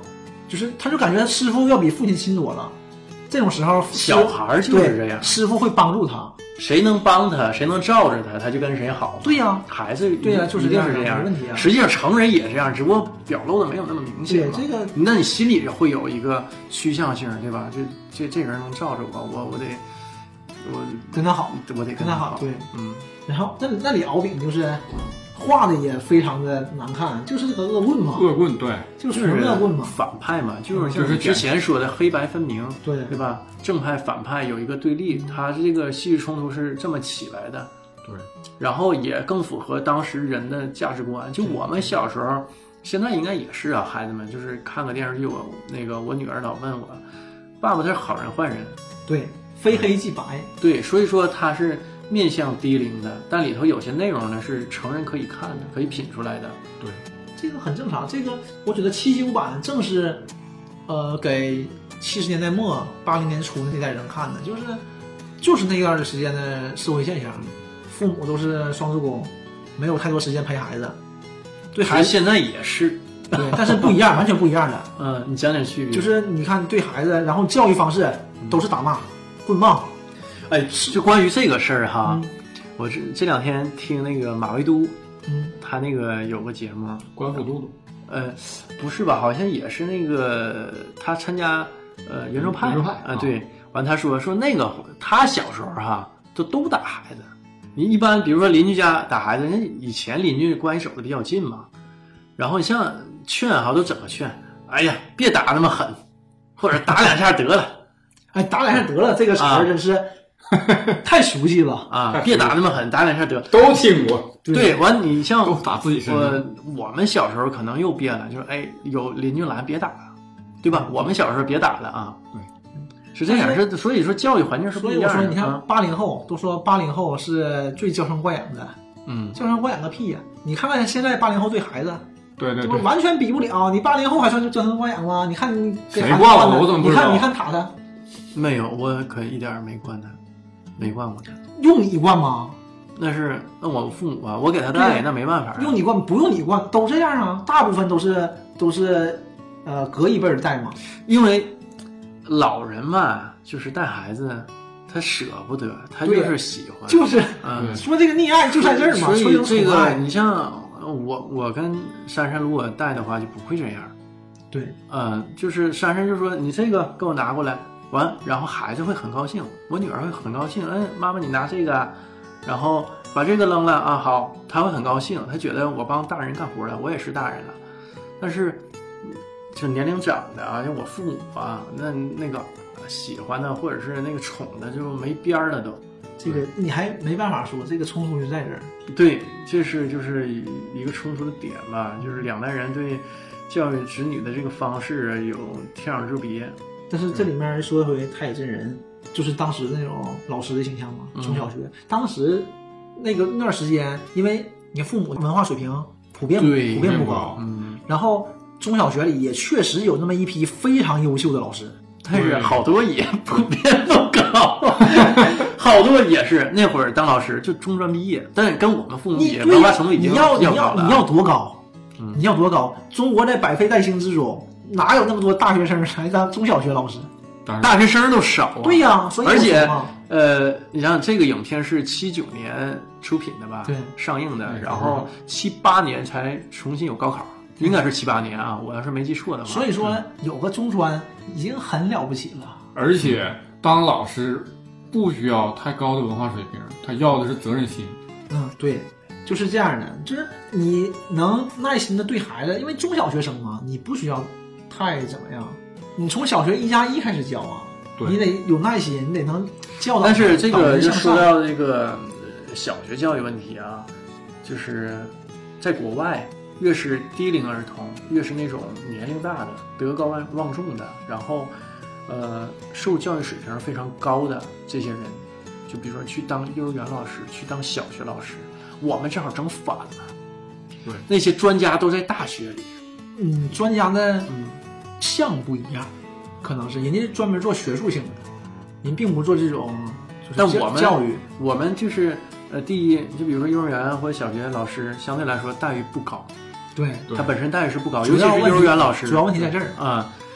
就是他就感觉师傅要比父亲亲多了。这种时候， 小孩就是这样， 师傅会帮助他， 谁能帮他，谁能罩着他，他就跟谁好。 对呀， 孩子对呀，就是这样，没问题啊。 实际上成人也这样，只不过表露的没有那么明显。 对这个， 那你心里会有一个趋向性，对吧？这个人能罩着我得跟他好， 我得跟他好。对， 嗯。 然后那李敖丙就是画的也非常的难看，就是这个恶棍嘛。 恶棍，对， 就是恶棍嘛， 反派嘛，就是之前说的黑白分明， 对吧？正派反派有一个对立，他这个戏剧冲突是这么起来的。 对， 然后也更符合当时人的价值观。就我们小时候，现在应该也是啊，孩子们就是看个电视剧，我女儿老问我，爸爸他是好人坏人？ 对，非黑即白。 对，所以说他是面向低龄的，但里头有些内容呢是成人可以看的，可以品出来的。 对， 这个很正常。这个我觉得79版正是，给70年代末80年初的那代人看的，就是那段时间的社会现象，父母都是双职工，没有太多时间陪孩子。对孩子现在也是， 对，但是不一样，完全不一样的。 你讲点区别。 就是你看对孩子，然后教育方式都是打骂、棍棒。 哎，就关于这个事儿哈，我这2天听那个马未都，他那个有个节目， 官府都督， 不是吧？好像也是那个他参加圆桌派啊，对，完他说那个他小时候哈都打孩子，你一般比如说邻居家打孩子，人以前邻居关系走的比较近嘛，然后你像劝哈都怎么劝？哎呀，别打那么狠，或者打2下得了， 哎，打2下得了这个词儿真是。太熟悉了啊！别打那么狠，打2下得都听过。 对，完你像都打自己身上。 我们小时候可能又变了，就是有邻居来别打了，对吧？我们小时候别打了啊。 对， 是这样，所以说教育环境是不一样的。 所以我说，你看80后都说80后是最娇生惯养的，娇生惯养个屁呀！你看看现在80后对孩子， 对， 这不完全比不了。你80后还算是娇生惯养吗？你看你谁惯了我怎么不知道？ 你看打他， 没有，我可一点没惯他。没惯过他， 用你惯吗？ 那我父母啊，我给他带，那没办法。 用你惯不用你惯都这样啊，大部分都是隔一辈儿带嘛。 因为老人嘛，就是带孩子，他舍不得，他就是喜欢， 就是说这个溺爱就在这儿嘛。 所以这个你像我跟珊珊如果带的话就不会这样。 对， 就是珊珊就说你这个给我拿过来。完，然后孩子会很高兴，我女儿会很高兴。妈妈你拿这个，然后把这个扔了啊，好，她会很高兴，她觉得我帮大人干活了，我也是大人了。但是就年龄长的啊，像我父母啊，那个喜欢的或者是那个宠的就没边儿了都。 这个你还没办法说，这个冲突就在这儿。 对，这是就是一个冲突的点吧，就是2代人对教育子女的这个方式有天壤之别。 但是这里面说回太乙真人，就是当时那种老师的形象嘛。中小学当时那段时间，因为你父母文化水平普遍不高，然后中小学里也确实有那么一批非常优秀的老师， 但是好多也普遍不高，好多也是那会儿当老师就中专毕业，但跟我们父母比，文化程度已经要高了。 你要多高？你要多高？中国在百废待兴之中。哪有那么多大学生来当中小学老师？ 大学生都少啊。 对呀，所以而且你想想这个影片是79年出品的吧？ 对， 上映的，然后78年才重新有高考，应该是78年啊，我要是没记错的话。 所以说有个中专已经很了不起了。 而且当老师不需要太高的文化水平，他要的是责任心。 对。就是这样的，就是你能耐心的对孩子，因为中小学生嘛，你不需要太怎么样，你从小学1+1开始教啊，你得有耐心，你得能教导。 但是这个就说到这个小学教育问题啊，就是在国外，越是低龄儿童，越是那种年龄大的、德高望重的，然后受教育水平非常高的这些人，就比如说去当幼儿园老师，去当小学老师。我们正好整反了， 对， 那些专家都在大学里。 专家的项不一样，可能是人家专门做学术性的，您并不做这种。 但我们教育， 我们就是第一，就比如说幼儿园或者小学老师，相对来说待遇不高。 对， 他本身待遇是不高，尤其是幼儿园老师。 主要问题在这儿啊。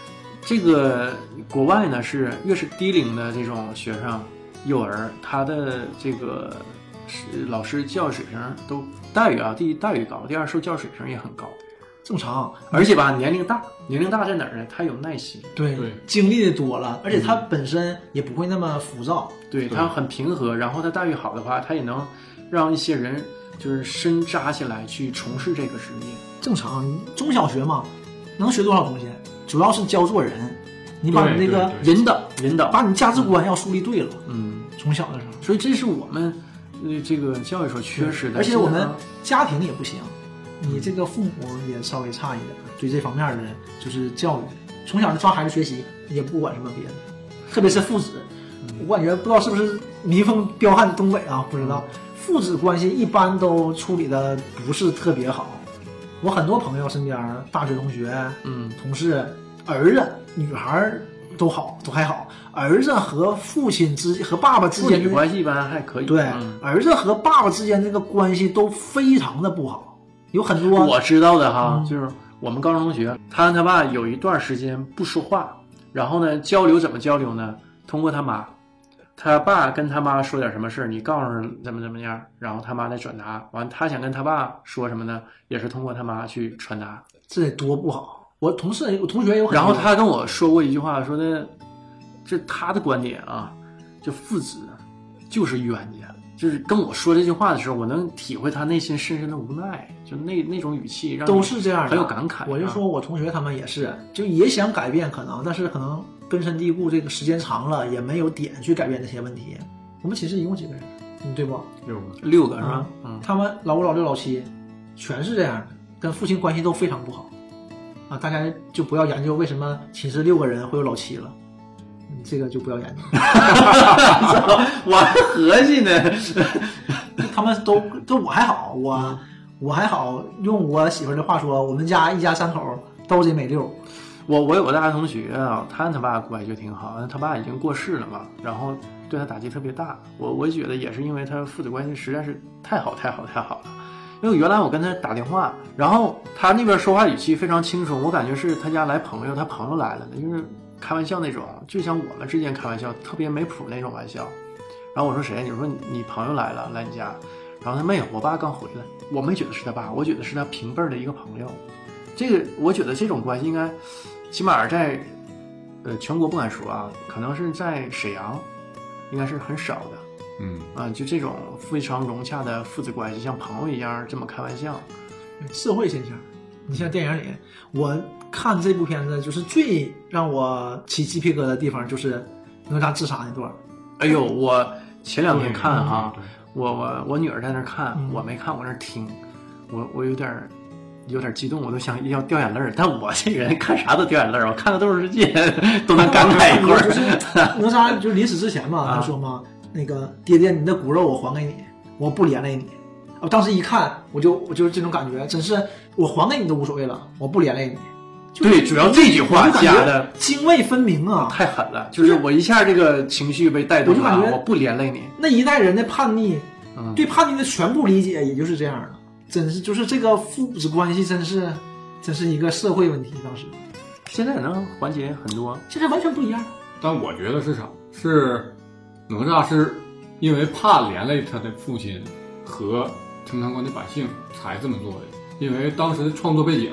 这个国外呢是越是低龄的这种学生幼儿，他的这个老师教育水平都待遇啊，第一待遇高，第二受教育水平也很高。 正常， 而且吧，年龄大在哪儿呢？他有耐心， 对，经历的多了，而且他本身也不会那么浮躁， 对，他很平和，然后他待遇好的话，他也能让一些人就是深扎下来去从事这个职业。 正常，中小学嘛，能学多少东西？主要是教做人，你把你那个引导， 把你价值观要树立对了。从小的时候， 所以这是我们这个教育所缺失的， 而且我们家庭也不行。你这个父母也稍微差一点，对这方面的就是教育，从小就抓孩子学习，也不管什么别的，特别是父子，我感觉不知道是不是民风彪悍东北啊，不知道，父子关系一般都处理的不是特别好。我很多朋友身边大学同学，同事，儿子女孩都还好，儿子和父亲和爸爸之间的关系一般还可以， 对，儿子和爸爸之间这个关系都非常的不好。有很多我知道的哈，就是我们高中同学，他跟他爸有一段时间不说话，然后呢交流怎么交流呢？通过他妈，他爸跟他妈说点什么事，你告诉怎么样，然后他妈再转达，完他想跟他爸说什么呢？也是通过他妈去传达， 这得多不好。我同学有很多， 然后他跟我说过一句话，说的这他的观点啊，就父子就是冤家。就是跟我说这句话的时候，我能体会他内心深深的无奈，就那种语气让都是这样的， 很有感慨。 我就说我同学他们也是，就也想改变，但是可能根深蒂固，这个时间长了也没有点去改变这些问题。我们寝室一共几个人？对不 ？6个是吧？ 他们老5、老6、老7，全是这样的，跟父亲关系都非常不好啊！大家就不要研究为什么寝室6个人会有老7了。这个就不要研究， 我还合计呢。 他们都我还好，我还好。用我媳妇的话说，我们家一家3口都贼美溜。 我有个大学同学啊，他跟他爸关系就挺好，他爸已经过世了嘛，然后对他打击特别大。我觉得也是因为他父子关系实在是太好了。因为原来我跟他打电话，然后他那边说话语气非常轻松，我感觉是他家来朋友，他朋友来了的，就是开玩笑那种，就像我们之间开玩笑，特别没谱那种玩笑。然后我说谁？你说你朋友来了，来你家。然后他没有，我爸刚回来。我没觉得是他爸，我觉得是他平辈的一个朋友。这个我觉得这种关系应该，起码在全国不敢说啊，可能是在沈阳，应该是很少的。就这种非常融洽的父子关系，像朋友一样这么开玩笑， 社会现象。你像电影里，我看这部片子就是最让我起鸡皮疙瘩的地方，就是哪吒自杀那段。 哎呦，我前2天看哈，我女儿在那看，我没看，我那听，我有点激动，我都想要掉眼泪儿。但我这人看啥都掉眼泪儿，我看的都是世界都能感慨一会儿。 就是哪吒就是临死之前嘛，他说嘛，那个爹爹，你的骨肉我还给你，我不连累你。我当时一看，我就这种感觉，真是我还给你都无所谓了，我不连累你。 对，主要这句话加的泾渭分明啊， 太狠了！就是我一下这个情绪被带动了， 我就感觉我不连累你。 那一代人的叛逆，对叛逆的全部理解，也就是这样的。真是，就是这个父子关系，真是一个社会问题。当时， 现在能缓解很多， 现在完全不一样。 但我觉得是啥？是哪吒是因为怕连累他的父亲和陈塘关的百姓才这么做的，因为当时创作背景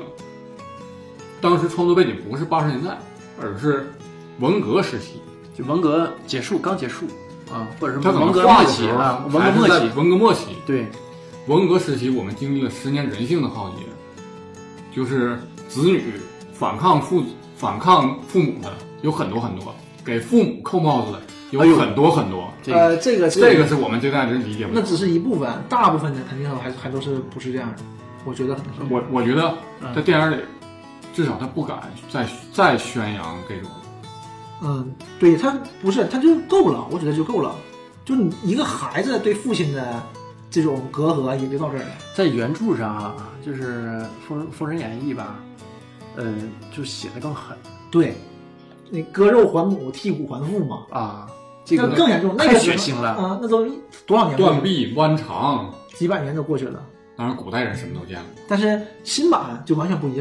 不是80年代，而是文革时期， 就文革刚结束啊，或者是文革末期啊， 文革末期， 对， 文革时期我们经历了10年人性的浩劫，就是子女反抗父母的有很多，给父母扣帽子的有很多。 这个是我们这代人理解不了。 那只是一部分，大部分的肯定还都是不是这样的。我觉得可能是我觉得在电影里，至少他不敢再宣扬这种。 对，他不是，他就够了，我觉得就够了。就你一个孩子对父亲的这种隔阂也就到这儿了。 在原著上啊，就是《封神演义》吧，就写的更狠。 对，那割肉还母，剔骨还父嘛。 啊，这个更严重， 太血腥了啊！那都多少年？ 断臂剜肠， 几百年都过去了。 当然，古代人什么都见了， 但是新版就完全不一样了。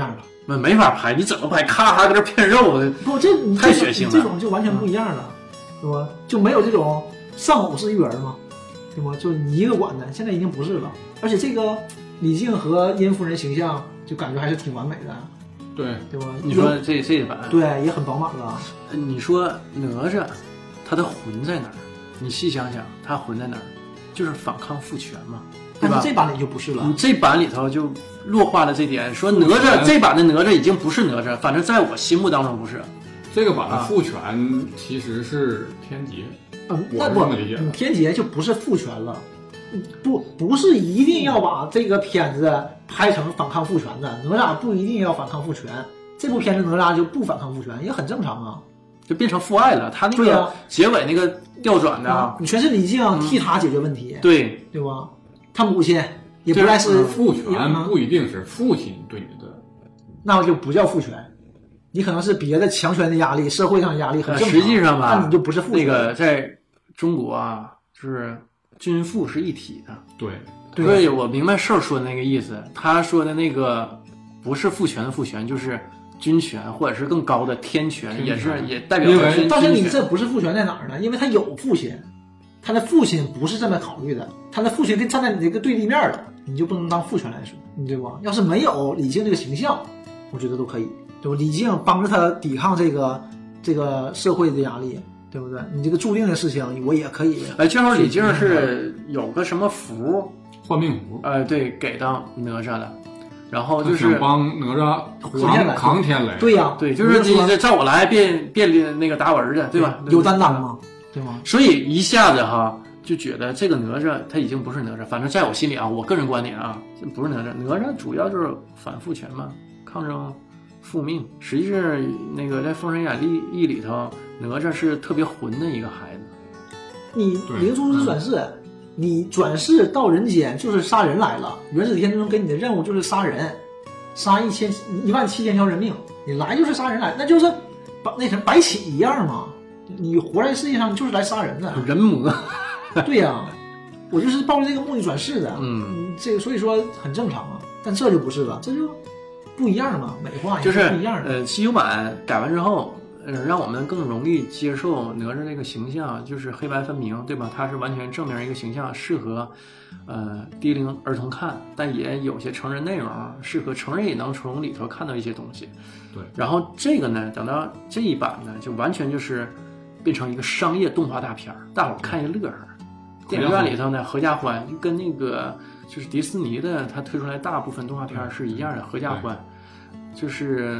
那没法拍，你怎么拍？咔咔搁这片肉的， 不，这太血腥了。 这种就完全不一样了，对吧？就没有这种丧偶式育儿嘛，对吧？就你一个管的，现在已经不是了。而且这个李靖和殷夫人形象就感觉还是挺完美的，对吧？ 你说这版对也很饱满了。 你说哪吒他的魂在哪儿？你细想想，他魂在哪儿？就是反抗父权嘛，对吧？ 但是这版里就不是了。 你这版里头就弱化了这点，说哪吒这版的哪吒已经不是哪吒，反正在我心目当中不是。 这个版的父权其实是天劫， 那不，天劫就不是父权了。不是一定要把这个片子拍成反抗父权的，哪吒不一定要反抗父权，这部片子哪吒就不反抗父权也很正常啊， 就变成父爱了。他那个结尾那个调转的， 你全是李靖替他解决问题， 对吧？他母亲也不再是父权，不一定是父亲对你的， 那就不叫父权，你可能是别的强权的压力，社会上的压力很正常。 实际上吧， 那你就不是父权。 那个在中国啊，就是君父是一体的。 对， 所以我明白寿说的那个意思。他说的那个不是父权的父权，就是君权或者是更高的天权，也代表了君权。 但是你这不是父权在哪儿呢？因为他有父亲，他的父亲不是这么考虑的，他的父亲跟站在你这个对立面的，你就不能当父权来说，对吧？要是没有李靖这个形象，我觉得都可以，对吧？李靖帮着他抵抗这个社会的压力。对不对？你这个注定的事情，我也可以。 正好李靖是有个什么符， 换命符， 对，给到哪吒的，然后就是帮哪吒扛天雷。 对呀， 对，就是你照我来，变那个达文的，对吧？ 有担当吗？对吗？ 所以一下子哈就觉得这个哪吒他已经不是哪吒，反正在我心里啊，我个人观点啊，这不是哪吒，哪吒主要就是反父权嘛，抗争父命。实际是那个在《封神演义》里头。哪吒是特别混的一个孩子， 你灵珠是转世，你转世到人间就是杀人来了。元始天尊给你的任务就是杀人，杀17000条人命，你来就是杀人来，那就是那什么白起一样嘛。你活在世界上就是来杀人的， 人魔。 对呀，我就是抱着这个目的转世的，这个所以说很正常啊。但这就不是了，这就不一样嘛，美化也是不一样的。 西游版改完之后。让我们更容易接受哪吒这个形象，就是黑白分明，对吧？他是完全正面一个形象，适合低龄儿童看，但也有些成人内容，适合成人也能从里头看到一些东西。 对。 然后这个呢，等到这一版呢，就完全就是变成一个商业动画大片，大伙看一乐呵。电影院里头呢，合家欢，就跟那个就是迪士尼的，它推出来大部分动画片是一样的，合家欢，就是。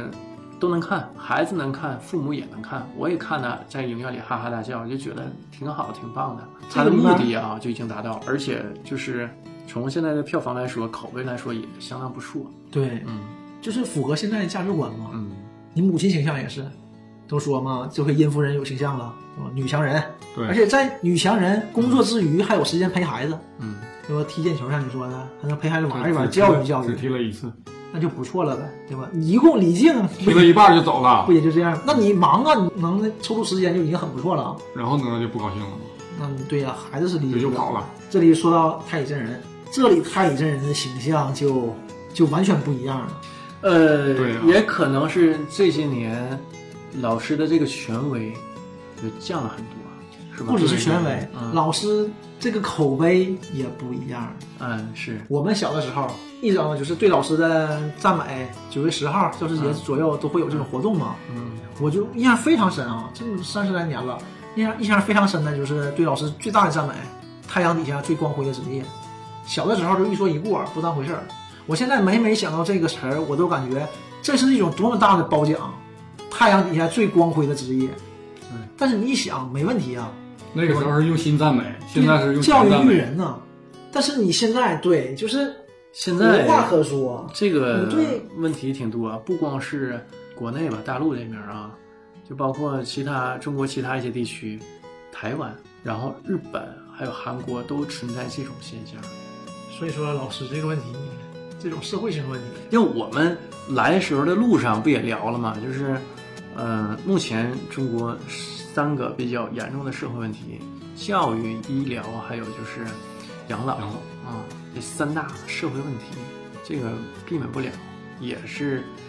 都能看，孩子能看，父母也能看。我也看了，在影院里哈哈大笑，就觉得挺好，挺棒的。他的目的啊就已经达到，而且就是从现在的票房来说，口碑来说也相当不错。 对，就是符合现在的价值观嘛。你母亲形象也是，都说嘛，这回殷夫人有形象了，女强人。 对， 而且在女强人工作之余还有时间陪孩子。对吧？踢毽球像你说的，还能陪孩子玩一玩，教育教育。 只踢了一次。 那就不错了呗，对吧？你一共李靖踢了一半就走了， 不也就这样？那你忙啊，你能抽出时间就已经很不错了。 然后呢，就不高兴了吗？ 那对呀，孩子是理解就跑了。 这里说到太乙真人，这里太乙真人的形象就完全不一样了。 对也可能是这些年老师的这个权威就降了很多，是吧？ 不只是权威，老师这个口碑也不一样。 是我们小的时候。一整就是对老师的赞美，9月10号教师节左右都会有这种活动嘛。我就印象非常深啊，这30来年了，印象非常深的就是对老师最大的赞美，太阳底下最光辉的职业。小的时候就一说一过，不当回事儿。我现在每想到这个词儿，我都感觉这是一种多么大的褒奖，太阳底下最光辉的职业。但是你一想，没问题啊。 那个时候是用心赞美，现在是用教育育人呢。但是你现在对，就是现在无话可说。 这个问题挺多，不光是国内吧，大陆这边啊，就包括中国其他一些地区，台湾，然后日本还有韩国都存在这种现象。 所以说老师这个问题，这种社会性问题， 因为我们来时候的路上不也聊了吗？就是目前中国3个比较严重的社会问题：教育、医疗，还有就是养老啊，这3大社会问题，这个避免不了，也是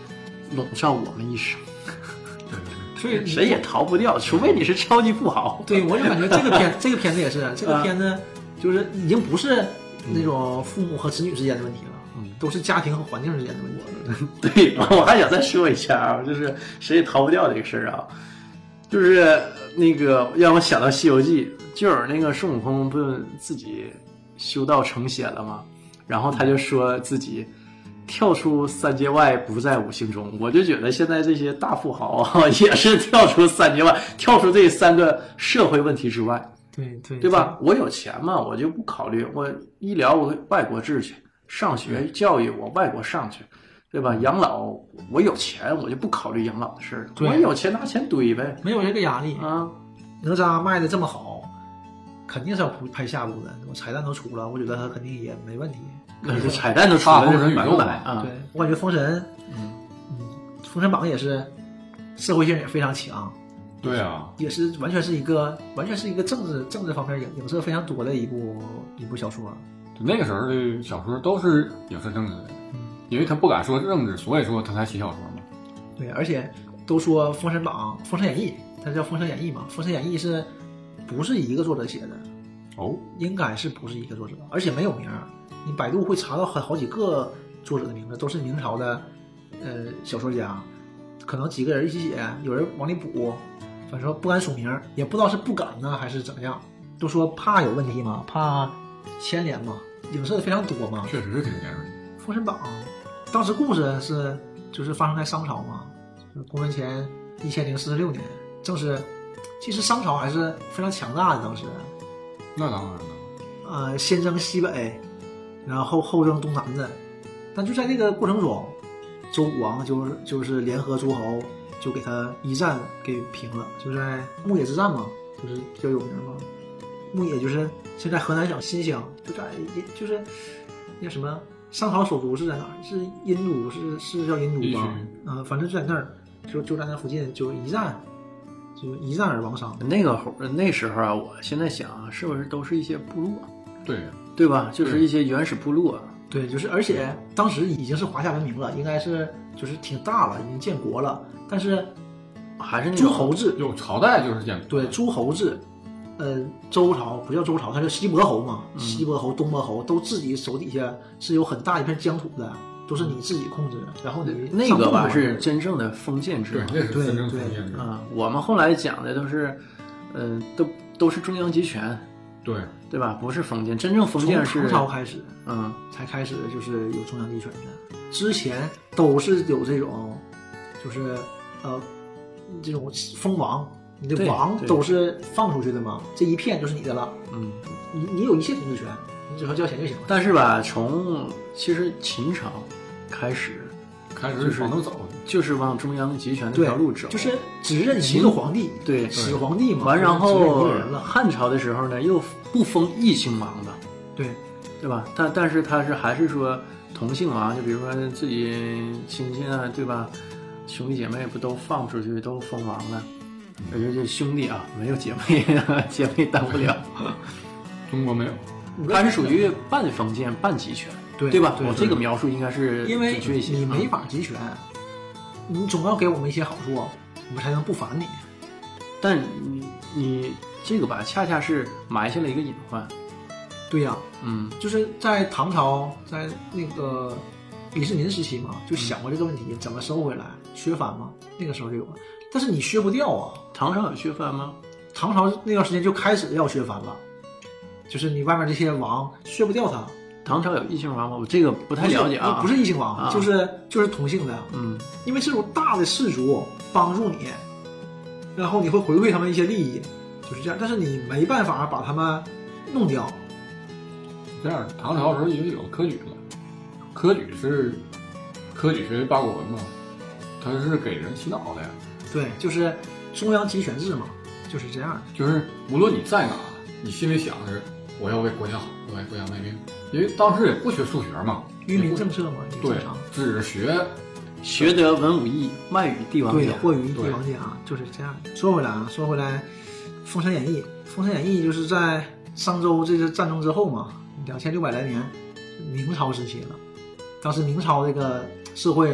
笼罩我们一生， 所以谁也逃不掉，除非你是超级富豪。 对，我就感觉这个片子也是，这个片子就是已经不是那种父母和子女之间的问题了，都是家庭和环境之间的问题。 对，我还想再说一下啊，就是谁也逃不掉这个事儿啊，就是那个让我想到《西游记》，就是那个孙悟空不是自己修道成仙了吗？然后他就说自己跳出三界外，不在五行中。我就觉得现在这些大富豪啊，也是跳出三界外，跳出这3个社会问题之外。 对吧？我有钱嘛，我就不考虑我医疗，我外国治去；上学教育我外国上去，对吧？养老我有钱，我就不考虑养老的事儿。我有钱拿钱堆呗， 没有这个压力啊。 哪吒卖的这么好，肯定是要拍下部的。我彩蛋都出了，我觉得他肯定也没问题。 这彩蛋都出了， 封神宇宙啊。 对，我感觉封神，封神榜也是社会性也非常强。 对啊， 也是完全是一个政治方面影射非常多的一部小说。 那个时候的小说都是影射政治的，因为他不敢说政治，所以说他才写小说嘛。 对，而且都说《封神榜》《封神演义》，它叫《封神演义》嘛，《封神演义》是不是一个作者写的？ 哦， 应该是不是一个作者，而且没有名。你百度会查到好几个作者的名字，都是明朝的小说家，可能几个人一起写，有人往里补。反正不敢署名，也不知道是不敢呢还是怎么样，都说怕有问题嘛，怕牵连嘛，影射的非常多嘛。 确实是挺严重的。 封神榜当时故事就是发生在商朝嘛，公元前1046年，正是其实商朝还是非常强大的当时。 那当然了。 先征西北，然后后征东南的，但就在这个过程中，周武王就是联合诸侯。就给他一战给平了，就在牧野之战嘛，就是比较有名嘛。牧野就是现在河南省新乡，就是那什么商朝首都是在哪儿？是殷都，是叫殷都吧？反正就在那儿，就在那附近，就一战而亡伤。 那时候啊，我现在想啊，是不是都是一些部落？ 对吧？就是一些原始部落。 对，就是而且当时已经是华夏文明了，应该是就是挺大了，已经建国了。但是还是那诸侯制， 有朝代就是建国。 对，诸侯制，周朝不叫周朝，它叫西伯侯嘛，西伯侯、东伯侯都自己手底下是有很大一片疆土的，都是你自己控制的。然后你那个吧是真正的封建制， 对，那是真正封建制啊。我们后来讲的都是，都是中央集权，对吧？不是封建，真正封建是从唐朝开始，才开始就是有中央集权的，之前都是有这种。就是这种封王，你的王都是放出去的嘛，这一片就是你的了。你有一切统治权，你只要交钱就行了。 但是吧，从其实秦朝开始就是往走， 就是往中央集权那条路走， 就是只认一个皇帝， 对， 始皇帝嘛。 完，然后人了。 汉朝的时候呢，又不封异姓王的，对吧？但是他还是说同姓王，就比如说自己亲戚啊，对吧？兄弟姐妹不都放出去，都封王了？而且这兄弟啊，没有姐妹，姐妹当不了。 中国没有， 它是属于半封建半集权，对吧？我这个描述应该是因为准确一些。 你没法集权，你总要给我们一些好处，我们才能不烦你。 但你这个吧，恰恰是埋下了一个隐患。 对呀，就是在唐朝，在那个李世民时期嘛，就想过这个问题，怎么收回来，削藩嘛，那个时候就有了。但是你削不掉啊。 唐朝有削藩吗？ 唐朝那段时间就开始要削藩了，就是你外面这些王削不掉它。 唐朝有异姓王吗？我这个不太了解啊。 不是异姓王，就是同姓的。因为这种大的氏族帮助你，然后你会回馈他们一些利益，就是这样。但是你没办法把他们弄掉。 这样，唐朝的时候已经有科举了。科举是八股文嘛，它是给人洗脑的呀。 对，就是中央集权制嘛，就是这样的。 就是无论你在哪，你心里想的是我要为国家好，我要为国家卖命。因为当时也不学数学嘛， 愚民政策嘛， 对，只学得文武艺，卖与帝王家， 对，或与帝王家，就是这样的。说回来，《封神演义》，《封神演义》就是在商周这个战争之后嘛，2600来年，明朝时期了。当时明朝这个社会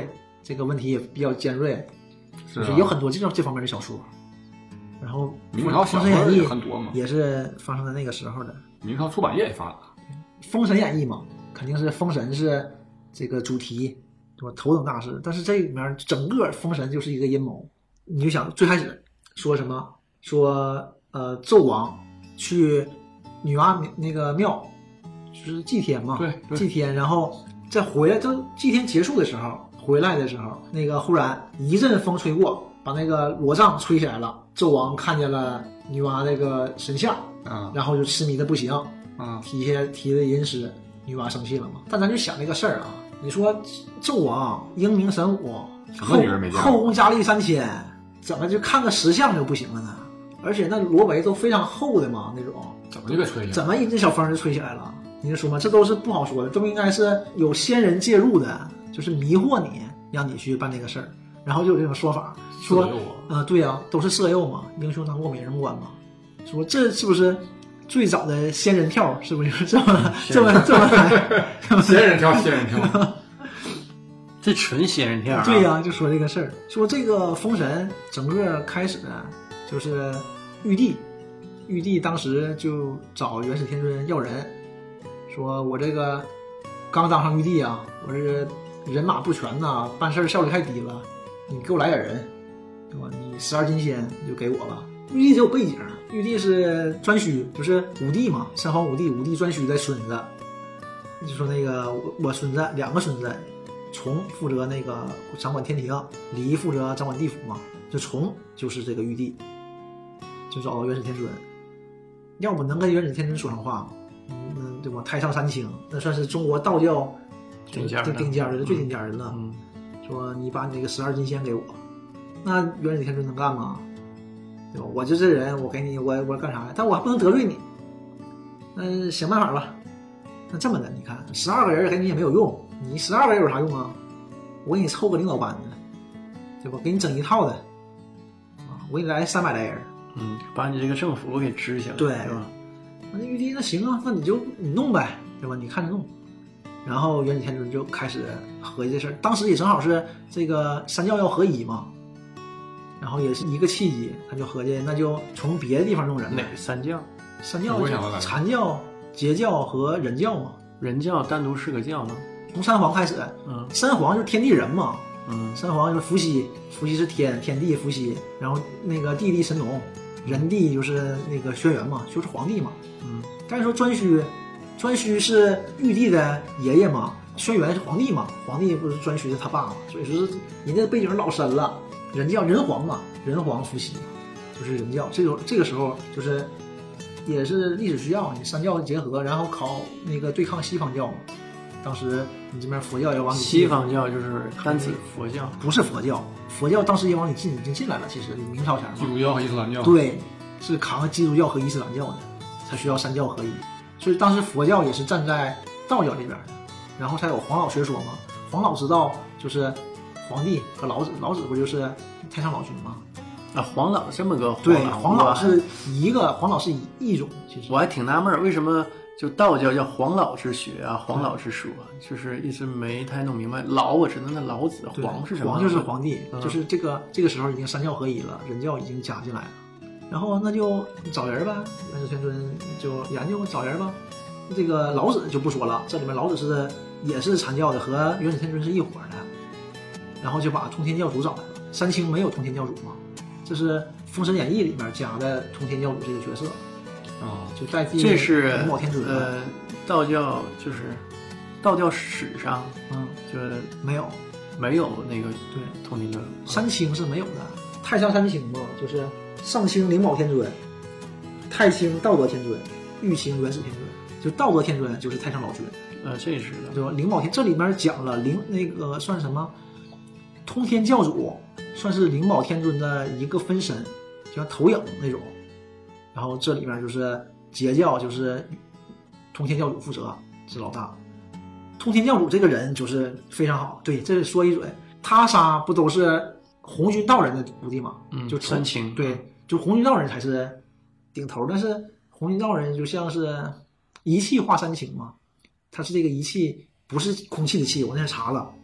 这个问题也比较尖锐， 是就是有很多这方面的小说。然后明朝小说封神演义很多嘛， 也是发生在那个时候的。 明朝出版业也发达。 封神演义嘛，肯定是封神是这个主题，对吧？头等大事。但是这里面整个封神就是一个阴谋。你就想最开始说什么？说纣王去女娲那个庙，就是祭天嘛， 对， 祭天，然后再回来，就祭天结束的时候回来的时候，那个忽然一阵风吹过，把那个罗帐吹起来了。纣王看见了女娲那个神像，然后就痴迷的不行，提的吟诗，女娲生气了嘛。但咱就想这个事儿啊，你说纣王英明神武，后宫佳丽3000，怎么就看个石像就不行了呢？而且那罗围都非常厚的嘛，那种怎么就给吹起来？ 怎么一阵小风就吹起来了？你就说嘛，这都是不好说的，都应该是有仙人介入的，就是迷惑你，让你去办这个事儿。然后就有这种说法，说对呀，都是色诱嘛，英雄当过美人关嘛。说这是不是最早的仙人跳？是不是这么来？ 仙人跳，仙人跳， 这纯仙人跳。 对呀，就说这个事儿，说这个封神整个开始就是玉帝当时就找元始天尊要人，说我这个刚当上玉帝啊，我这个人马不全呐，办事效率太低了，你给我来点人，对吧？你12金仙你就给我吧。玉帝只有背景，玉帝是颛顼，就是武帝嘛，三皇五帝，武帝颛顼的孙子。就说那个我孙子2个孙子，崇负责那个掌管天庭，李负责掌管地府嘛，就崇就是这个玉帝，就找到元始天尊。要不能跟元始天尊说上话，对吧？太上三清，那算是中国道教顶尖的最顶尖人了。说你把你那个12金仙给我，那元始天尊能干吗？对吧？我就这人，我给你，我干啥呀？但我还不能得罪你。想办法吧。那这么的，你看12个人给你也没有用，你12个人有啥用啊？我给你凑个领导班子，对吧？给你整一套的，我给你来300来人。 把你这个政府给支下来， 对， 是吧？ 那玉帝那行啊，那你弄呗，对吧？你看着弄。然后元始天尊就开始合计这事儿，当时也正好是这个3教要合一嘛，然后也是一个契机，他就合计那就从别的地方弄人。 哪3教 ？3教就禅教、截教和人教嘛。 人教单独是个教吗？ 从3皇开始，3皇就是天地人嘛。3皇就是伏羲是天帝伏羲，然后那个地神农，人帝就是那个轩辕嘛，就是皇帝嘛。但是说颛顼是玉帝的爷爷嘛，轩辕是皇帝嘛，皇帝不是颛顼是他爸嘛，所以说人家背景老深了。人教人皇嘛，人皇伏羲嘛，就是人教。这个时候就是也是历史需要，你3教结合，然后考那个对抗西方教嘛。当时你这边佛教要往里进， 西方教就是单指佛教， 不是佛教。佛教当时也往里进，已经进来了。其实明朝前嘛， 基督教和伊斯兰教， 对，是扛基督教和伊斯兰教的，才需要3教合一。所以当时佛教也是站在道教这边的，然后才有黄老学说嘛。黄老之道就是皇帝和老子，老子不就是太上老君吗？ 黄老这么个黄老， 对，黄老是黄老是一种。其实我还挺纳闷，为什么就道教叫黄老之学啊，黄老之说，就是一直没太弄明白。老我知道那老子，黄是什么？ 黄就是皇帝，就是这个时候已经3教合一了，人教已经加进来了。然后那就找人吧，元始天尊就研究找人吧。这个老子就不说了，这里面老子也是禅教的，和元始天尊是一伙的。然后就把通天教主找来了。3清没有通天教主嘛，这是《封神演义》里面加的通天教主这个角色。就代替这是灵宝天尊。 道教就是道教史上，就没有那个对通天教主。 3清是没有的，太上3清嘛，就是上清灵宝天尊，太清道德天尊，玉清元始天尊。就道德天尊就是太上老君。 这是的， 对吧？灵宝天这里面讲了那个算什么？通天教主算是灵宝天尊的一个分身，就像投影那种。然后这里面就是截教，就是通天教主负责是老大。通天教主这个人就是非常好，对，这说一嘴，他仨不都是红军道人的徒弟吗？就 3清， 对，就红军道人才是顶头，但是红军道人就像是一气化3清嘛，他是这个一气，不是空气的气，我那天查了，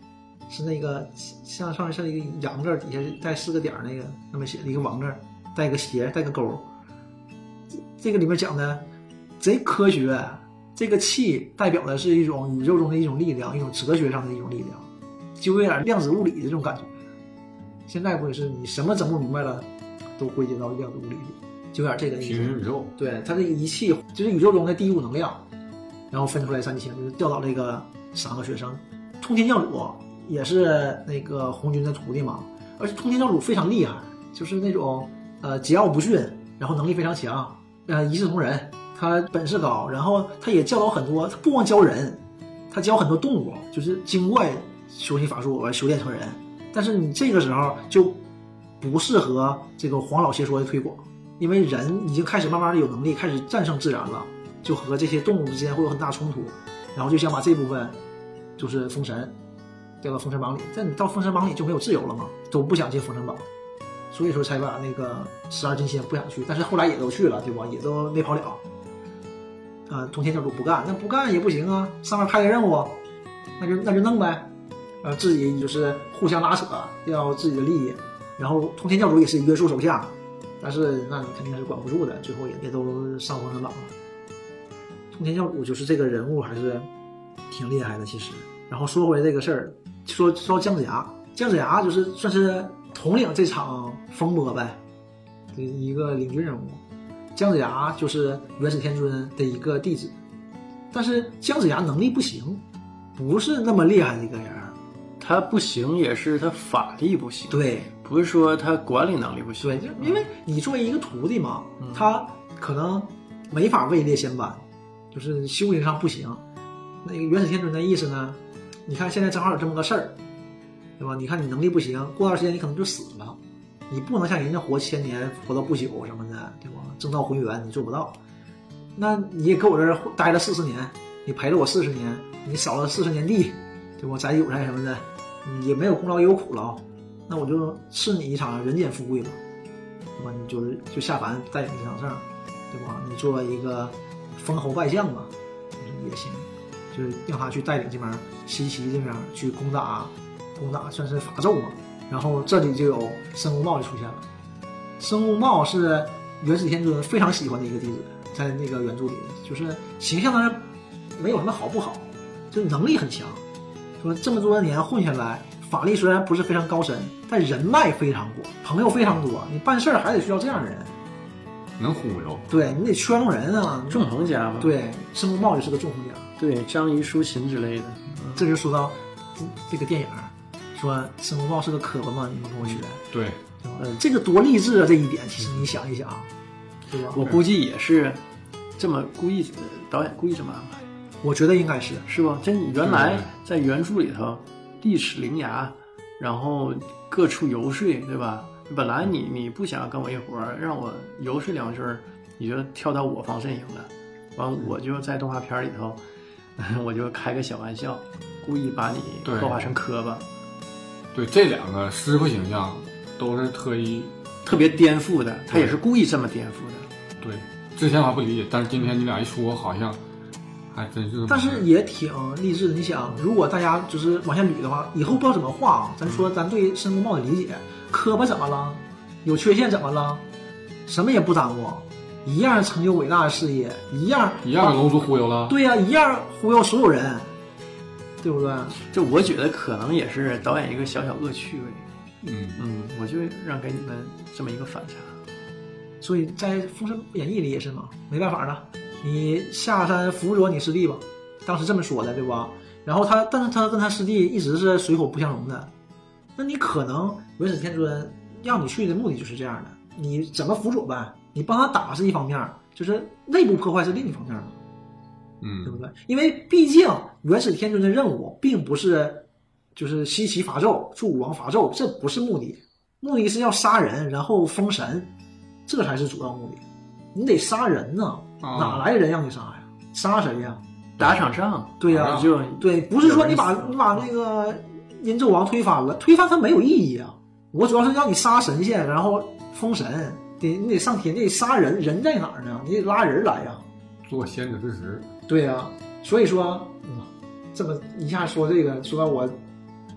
是那个像上面是一个羊字，底下带4个点那个，那么写了一个王字，带一个斜，带个勾。这个里面讲的贼科学，这个气代表的是一种宇宙中的一种力量，一种哲学上的一种力量，就有点量子物理的这种感觉。现在不也是你什么整不明白了，都归结到量子物理里，就有点这个意思。 平行宇宙， 对，它这个仪器就是宇宙中的第一股能量，然后分出来3氢，就是教导这个3个学生。通天教主也是那个红军的徒弟嘛，而且通天教主非常厉害，就是那种桀骜不驯，然后能力非常强，一视同仁，他本事高，然后他也教导很多，他不光教人，他教很多动物，就是精怪修习法术而修炼成人。但是你这个时候就不适合这个黄老邪说的推广，因为人已经开始慢慢的有能力开始战胜自然了，就和这些动物之间会有很大冲突，然后就想把这部分就是封神调到封神榜里，但你到封神榜里就没有自由了嘛，都不想进封神榜，所以说才把那个12金仙不想去，但是后来也都去了，对吧？也都没跑了。通天教主不干，那不干也不行啊，上面派个任务，那就弄呗。自己就是互相拉扯，要自己的利益。然后通天教主也是约束手下，但是那你肯定是管不住的，最后也都上封神榜了。通天教主就是这个人物还是挺厉害的，其实。然后说回这个事儿，说姜子牙，姜子牙就是算是统领这场风波呗，一个领军人物。姜子牙就是元始天尊的一个弟子，但是姜子牙能力不行，不是那么厉害的一个人。 他不行也是他法力不行， 对， 不是说他管理能力不行。 对，就因为你作为一个徒弟嘛，他可能没法位列仙班，就是修行上不行。那个元始天尊的意思呢，你看现在正好有这么个事儿，对吧？你看你能力不行，过段时间你可能就死了，你不能像人家活1000年，活到不朽什么的，对吧？正道回元你做不到，那你也搁我这儿待了40年，你陪了我40年，你扫了40年地，对吧？摘韭菜什么的，也没有功劳也有苦劳，那我就赐你一场人间富贵吧，对吧？你就下凡带领这场仗，对吧？你做一个封侯拜相吧，也行，就是让他去带领这边西岐这边去攻打算是法纣嘛。然后这里就有申公豹就出现了。申公豹是元始天尊非常喜欢的一个弟子，在那个原著里，就是形象当然没有什么好不好，就是能力很强。说这么多年混下来，法力虽然不是非常高深，但人脉非常广，朋友非常多。你办事还得需要这样的人， 能忽悠。 对，你得圈动人啊， 纵横家嘛。 对，申公豹就是个纵横家。 对，张仪抒秦之类的。 这就说到这个电影，说申公豹是个磕巴嘛，你们跟我学。 对， 这个多励志啊！这一点，其实你想一想，对吧？ 我估计也是这么故意，导演故意这么安排。 我觉得应该是吧？这原来在原著里头，地齿伶牙，然后各处游说，对吧？本来你不想跟我一伙儿，让我游说2句，你就跳到我方阵营了。完，我就在动画片里头，我就开个小玩笑，故意把你刻画成磕巴。 对，这2个师傅形象都是特别颠覆的，他也是故意这么颠覆的。 对，之前我还不理解，但是今天你俩一说，好像还真是。 但是也挺励志的。你想，如果大家就是往下捋的话，以后不知道怎么画啊。咱说咱对申公豹的理解，磕巴怎么了？有缺陷怎么了？什么也不耽误，一样成就伟大的事业，一样给龙族忽悠了。 对呀，一样忽悠所有人，对不对？ 就我觉得可能也是导演一个小小恶趣味。我就让给你们这么一个反差。 所以在《封神演义》里也是嘛，没办法了，你下山辅佐你师弟吧，当时这么说的，对吧？然后但是他跟他师弟一直是水火不相容的，那你可能元始天尊让你去的目的就是这样的，你怎么辅佐呗？你帮他打是一方面，就是内部破坏是另一方面嘛，对不对？因为毕竟元始天尊的任务并不是就是西岐伐纣，助武王伐纣，这不是目的，目的是要杀人，然后封神，这才是主要目的。你得杀人呢，哪来的人让你杀呀？杀谁呀？ 打场仗。 对呀，对，不是说你把那个殷纣王推翻了，推翻他没有意义啊。我主要是让你杀神仙，然后封神，你得上天，你得杀人，人在哪儿呢？你得拉人来呀， 做先者之时。 对呀，所以说，这么一下说这个，说到我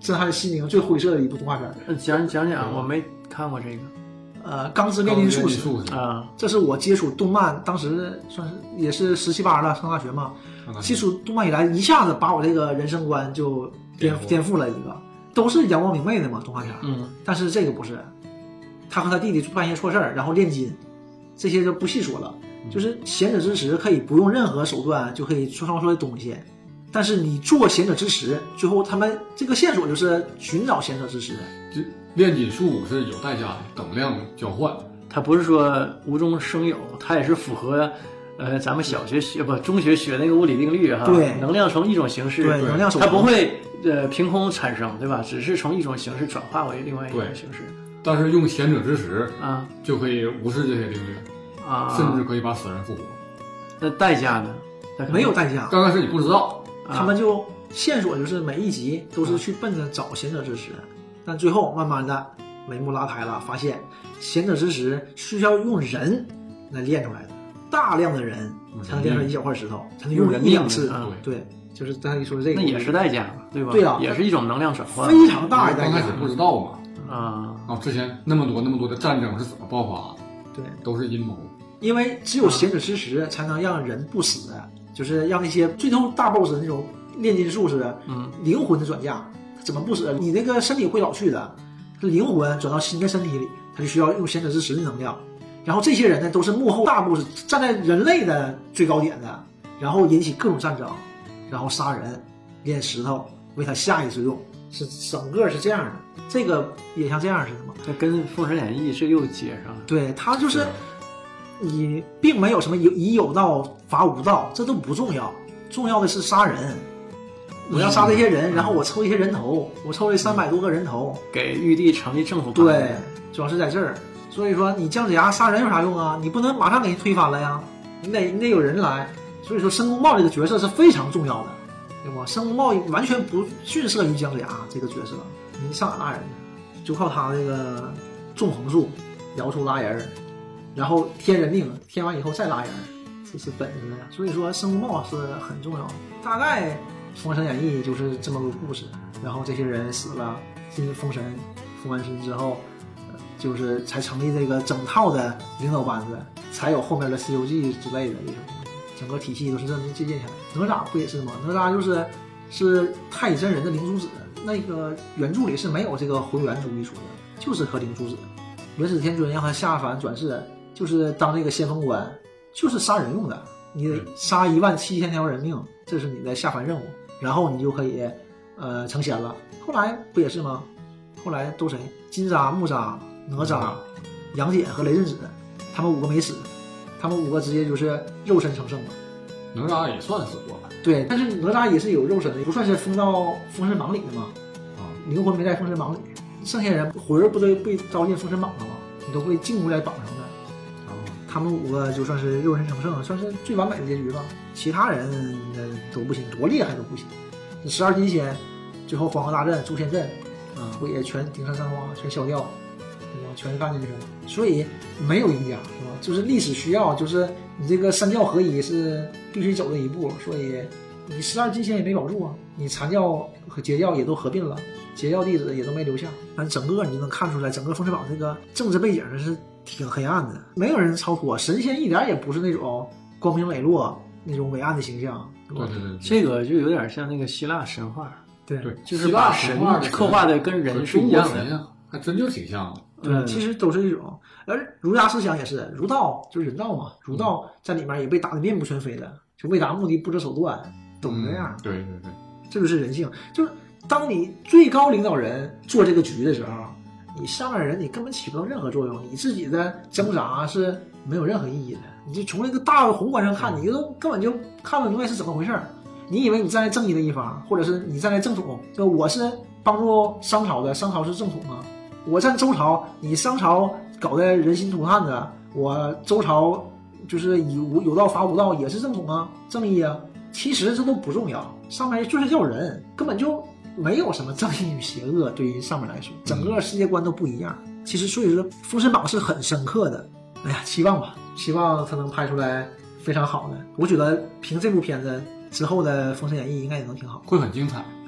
震撼心灵最灰色的一部动画片。 讲讲，我没看过这个。 钢之炼金术士啊， 这是我接触动漫，当时算是也是17、18了，上大学嘛，接触动漫以来，一下子把我这个人生观就颠覆了一个。都是阳光明媚的嘛，动画片。但是这个不是，他和他弟弟办一些错事儿，然后炼金，这些就不细说了。就是贤者之石可以不用任何手段就可以创造出来东西，但是你做贤者之石，最后他们这个线索就是寻找贤者之石。 炼金术是有代价的，等量交换。 它不是说无中生有，它也是符合咱们小学中学学那个物理定律哈。 对， 能量从一种形式， 对，能量它不会凭空产生，对吧？只是从一种形式转化为另外一种形式。 但是用贤者之石啊， 就可以无视这些定律啊， 甚至可以把死人复活。 那代价呢？ 没有代价。 刚开始你不知道， 他们就线索就是每一集都是去奔着找贤者之石。但最后慢慢的眉目拉开了，发现贤者之石是要用人来炼出来的，大量的人才能炼出来一小块石头，才能用1、2次。对，就是刚才说这个， 那也是代价，对吧？ 对啊， 也是一种能量转换， 非常大的代价。 刚开始不知道嘛，之前那么多的战争是怎么爆发的？ 对， 都是阴谋。 因为只有贤者之石才能让人不死，就是让那些最后大 boss 的那种炼金术士，灵魂的转嫁。怎么不死？你那个身体会老去的，灵魂转到新的身体里，他就需要用贤者之石的能量。然后这些人呢，都是幕后大 boss，站在人类的最高点的，然后引起各种战争，然后杀人、炼石头，为他下一次用，是整个是这样的。这个也像这样似的嘛？ 这跟《封神演义》这又接上了。 对，他就是你并没有什么以有道伐无道，这都不重要，重要的是杀人。我要杀这些人，然后我抽一些人头，我抽了300多个人头， 给玉帝成立政府。 对，主要是在这儿。所以说，你姜子牙杀人有啥用啊？你不能马上给你推翻了呀，你得有人来。所以说，申公豹这个角色是非常重要的，对吧？申公豹完全不逊色于姜子牙这个角色，你上哪拉人呢？就靠他这个纵横术，摇出拉人，然后添人命，添完以后再拉人，这是本事呀。所以说，申公豹是很重要的。大概。《封神演义》就是这么个故事，然后这些人死了，进封神，封完神之后，就是才成立这个整套的领导班子，才有后面的《西游记》之类的这种东西，整个体系都是这么借鉴下来。哪吒不也是吗？哪吒是太乙真人的灵珠子，那个原著里是没有这个回元主一说的，就是和灵珠子。元始天尊让他下凡转世，就是当这个先锋官，就是杀人用的，你得杀17000条人命，这是你的下凡任务。然后你就可以，成仙了。后来不也是吗？后来都谁？金吒、木吒、哪吒、杨戬和雷震子，他们5个没死，他们5个直接就是肉身成圣了。 哪吒也算死过吧？ 对，但是哪吒也是有肉身的，不算是封到封神榜里的嘛。灵魂没在封神榜里，剩下人魂儿不都被招进封神榜了吗？你都会进入在榜上的。他们5个就算是肉身成圣，算是最完美的结局了。其他人都不行，多厉害都不行。12金仙最后黄河大阵、诛仙阵，不也全顶上山花，全消掉，对吧？全干进去了。所以没有赢家，是吧？就是历史需要，就是你这个三教合一是必须走的一步。所以你12金仙也没保住啊，你禅教和截教也都合并了，截教弟子也都没留下。但整个你就能看出来，整个封神榜这个政治背景是挺黑暗的，没有人超脱，神仙一点也不是那种光明磊落那种伟岸的形象，对吧？ 对， 这个就有点像那个希腊神话， 对， 就是把神刻画的跟人是一样的， 还真就挺像的。 对，其实都是这种。而儒家思想也是，儒道就是人道嘛，儒道在里面也被打得面目全非的，就为达目的不择手段，都这样。 对， 这就是人性。就是当你最高领导人做这个局的时候，你上面的人你根本起不到任何作用，你自己的挣扎是没有任何意义的。你就从那个大的宏观上看，你就根本就看不明白是怎么回事。你以为你站在正义的一方，或者是你站在正统，就我是帮助商朝的，商朝是正统吗？我站周朝，你商朝搞得人心涂炭的，我周朝就是有道伐无道，也是正统啊，正义啊。其实这都不重要，上面就是要人，根本就没有什么正义与邪恶，对于上面来说，整个世界观都不一样。其实所以说，《封神榜》是很深刻的。哎呀，期望吧，希望它能拍出来非常好的。我觉得凭这部片子之后的《封神演义》应该也能挺好， 会很精彩。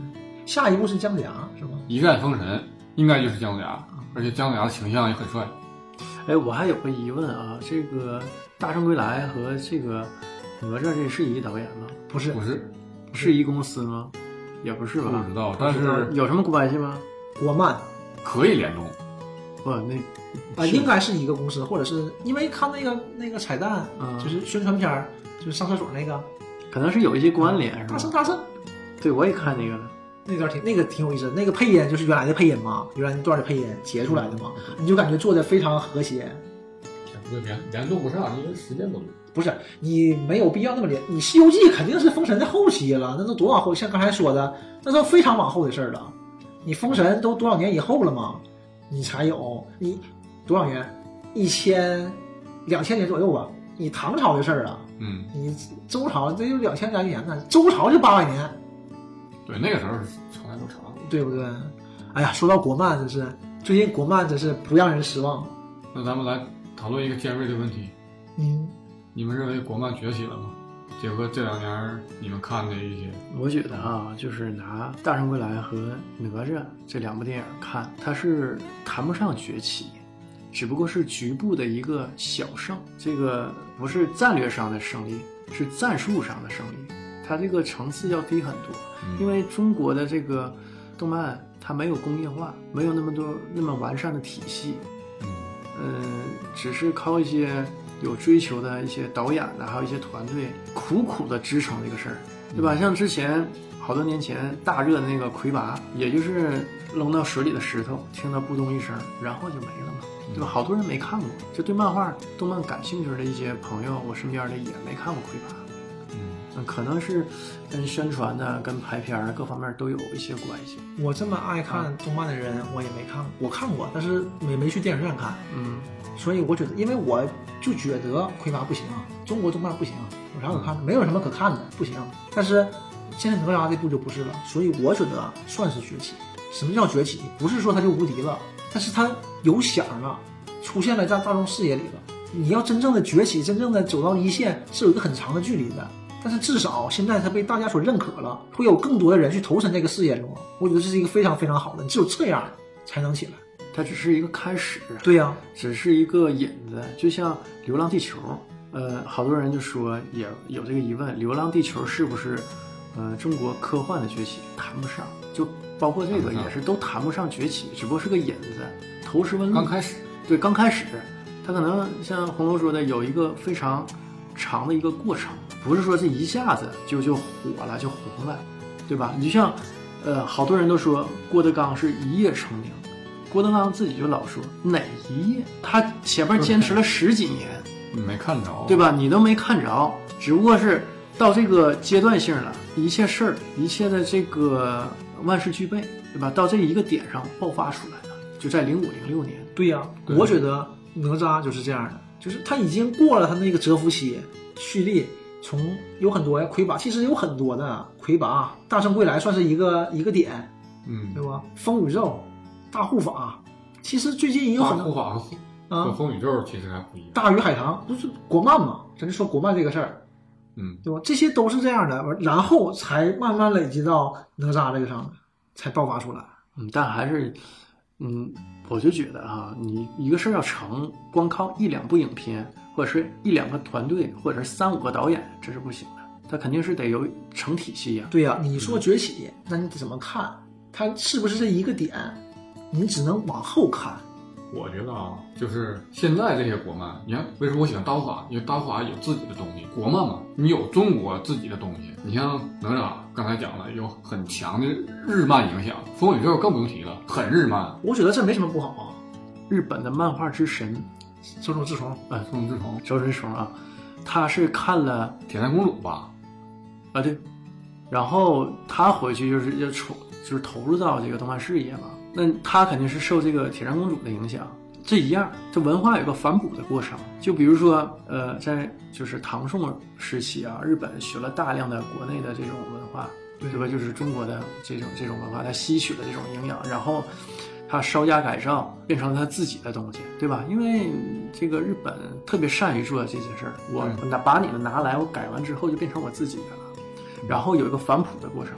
下一步是姜子牙是吗？ 一战封神应该就是姜子牙，而且姜子牙的形象也很帅。 哎，我还有个疑问啊，这个《大圣归来》和这个哪吒这是一个导演吗？ 不是， 是一公司吗？也不是吧？ 不知道，但是有什么关系吗？ 国漫可以联动。 不，那应该是一个公司，或者是因为看那个彩蛋，就是宣传片，就是上厕所那个， 可能是有一些关联，是吧？ 大圣， 对，我也看那个了。 那段挺有意思的，那个配音就是原来的配音嘛，原来那段的配音截出来的嘛，你就感觉做的非常和谐。 不联动不上，因为时间不对。 不是你没有必要那么连，你《西游记》肯定是封神的后期了，那都多往后，像刚才说的，那都非常往后的事儿了。你封神都多少年以后了嘛？你才有你多少年？2000年左右吧。你唐朝的事儿啊，你周朝这就2000来年呢，周朝就800年。 对，那个时候朝代都长， 对不对？哎呀，说到国漫，真是最近国漫真是不让人失望。 那咱们来讨论一个尖锐的问题，你们认为国漫崛起了吗？结合这2年你们看的一些， 我觉得啊，就是拿《大圣归来》和哪吒这2部电影看，它是谈不上崛起，只不过是局部的一个小胜。这个不是战略上的胜利，是战术上的胜利。它这个层次要低很多，因为中国的这个动漫它没有工业化，没有那么完善的体系，只是靠一些有追求的一些导演的，还有一些团队苦的支撑这个事儿，对吧？像之前好多年前大热的那个魁拔，也就是扔到水里的石头，听到咕咚一声，然后就没了嘛，对吧？好多人没看过，就对漫画、动漫感兴趣的一些朋友，我身边的也没看过魁拔。可能是跟宣传的、跟排片的各方面都有一些关系。 我这么爱看动漫的人，我也没看过，我看过，但是没去电影院看。所以我觉得，因为我就觉得魁拔不行，中国动漫不行，有啥可看的？没有什么可看的，不行。但是现在哪吒这部就不是了，所以我觉得算是崛起。什么叫崛起？不是说他就无敌了，但是他有响了，出现了在大众视野里了。你要真正的崛起，真正的走到一线，是有一个很长的距离的。但是至少现在它被大家所认可了，会有更多的人去投身这个事业中。我觉得这是一个非常非常好的，只有这样才能起来。 它只是一个开始， 对呀， 只是一个引子，就像《流浪地球》，好多人就说也有这个疑问，《流浪地球》是不是中国科幻的崛起？谈不上，就包括这个也是都谈不上崛起，只不过是个引子，投石问路。 刚开始， 对，刚开始，它可能像红楼说的，有一个非常长的一个过程。不是说这一下子就火了就红了，对吧？你就像好多人都说郭德纲是一夜成名，郭德纲自己就老说哪一夜，他前面坚持了10几年， 没看着， 对吧？你都没看着，只不过是到这个阶段性了，一切事儿，一切的这个万事俱备，对吧？到这一个点上爆发出来了，就在05、06年。 对呀，我觉得哪吒就是这样的，就是他已经过了他那个蛰伏期，蓄力。从有很多呀，魁拔其实有很多的，魁拔、大圣归来算是一个点，对吧？风宇宙、大护法，其实最近也有很多。 大护法和风宇宙其实还不一样。 大鱼海棠不是国漫嘛？咱就说国漫这个事儿，对吧？这些都是这样的，然后才慢慢累积到哪吒这个上面，才爆发出来。 但还是，我就觉得你一个事儿要成，光靠1、2部影片。或者是1、2个团队，或者是3、5个导演，这是不行的。他肯定是得有成体系呀。 对呀，你说崛起，那你怎么看？它是不是这一个点？你只能往后看。 我觉得就是现在这些国漫，你看为什么我喜欢大护法？因为大护法有自己的东西。国漫嘛，你有中国自己的东西。你像哪吒，刚才讲了，有很强的日漫影响。风宇宙更不用提了，很日漫。 我觉得这没什么不好啊。 日本的漫画之神。 手冢治虫， 手冢治虫啊，他是看了铁扇公主吧？ 对，然后他回去就是投入到这个动漫事业嘛，那他肯定是受这个铁扇公主的影响。这一样，这文化有个反哺的过程。就比如说，在就是唐宋时期啊，日本学了大量的国内的这种文化，对吧？就是中国的这种文化，他吸取了这种营养，然后。他稍加改造，变成他自己的东西，对吧？因为这个日本特别善于做这些事儿，我把你的拿来，我改完之后就变成我自己的了，然后有一个反哺的过程，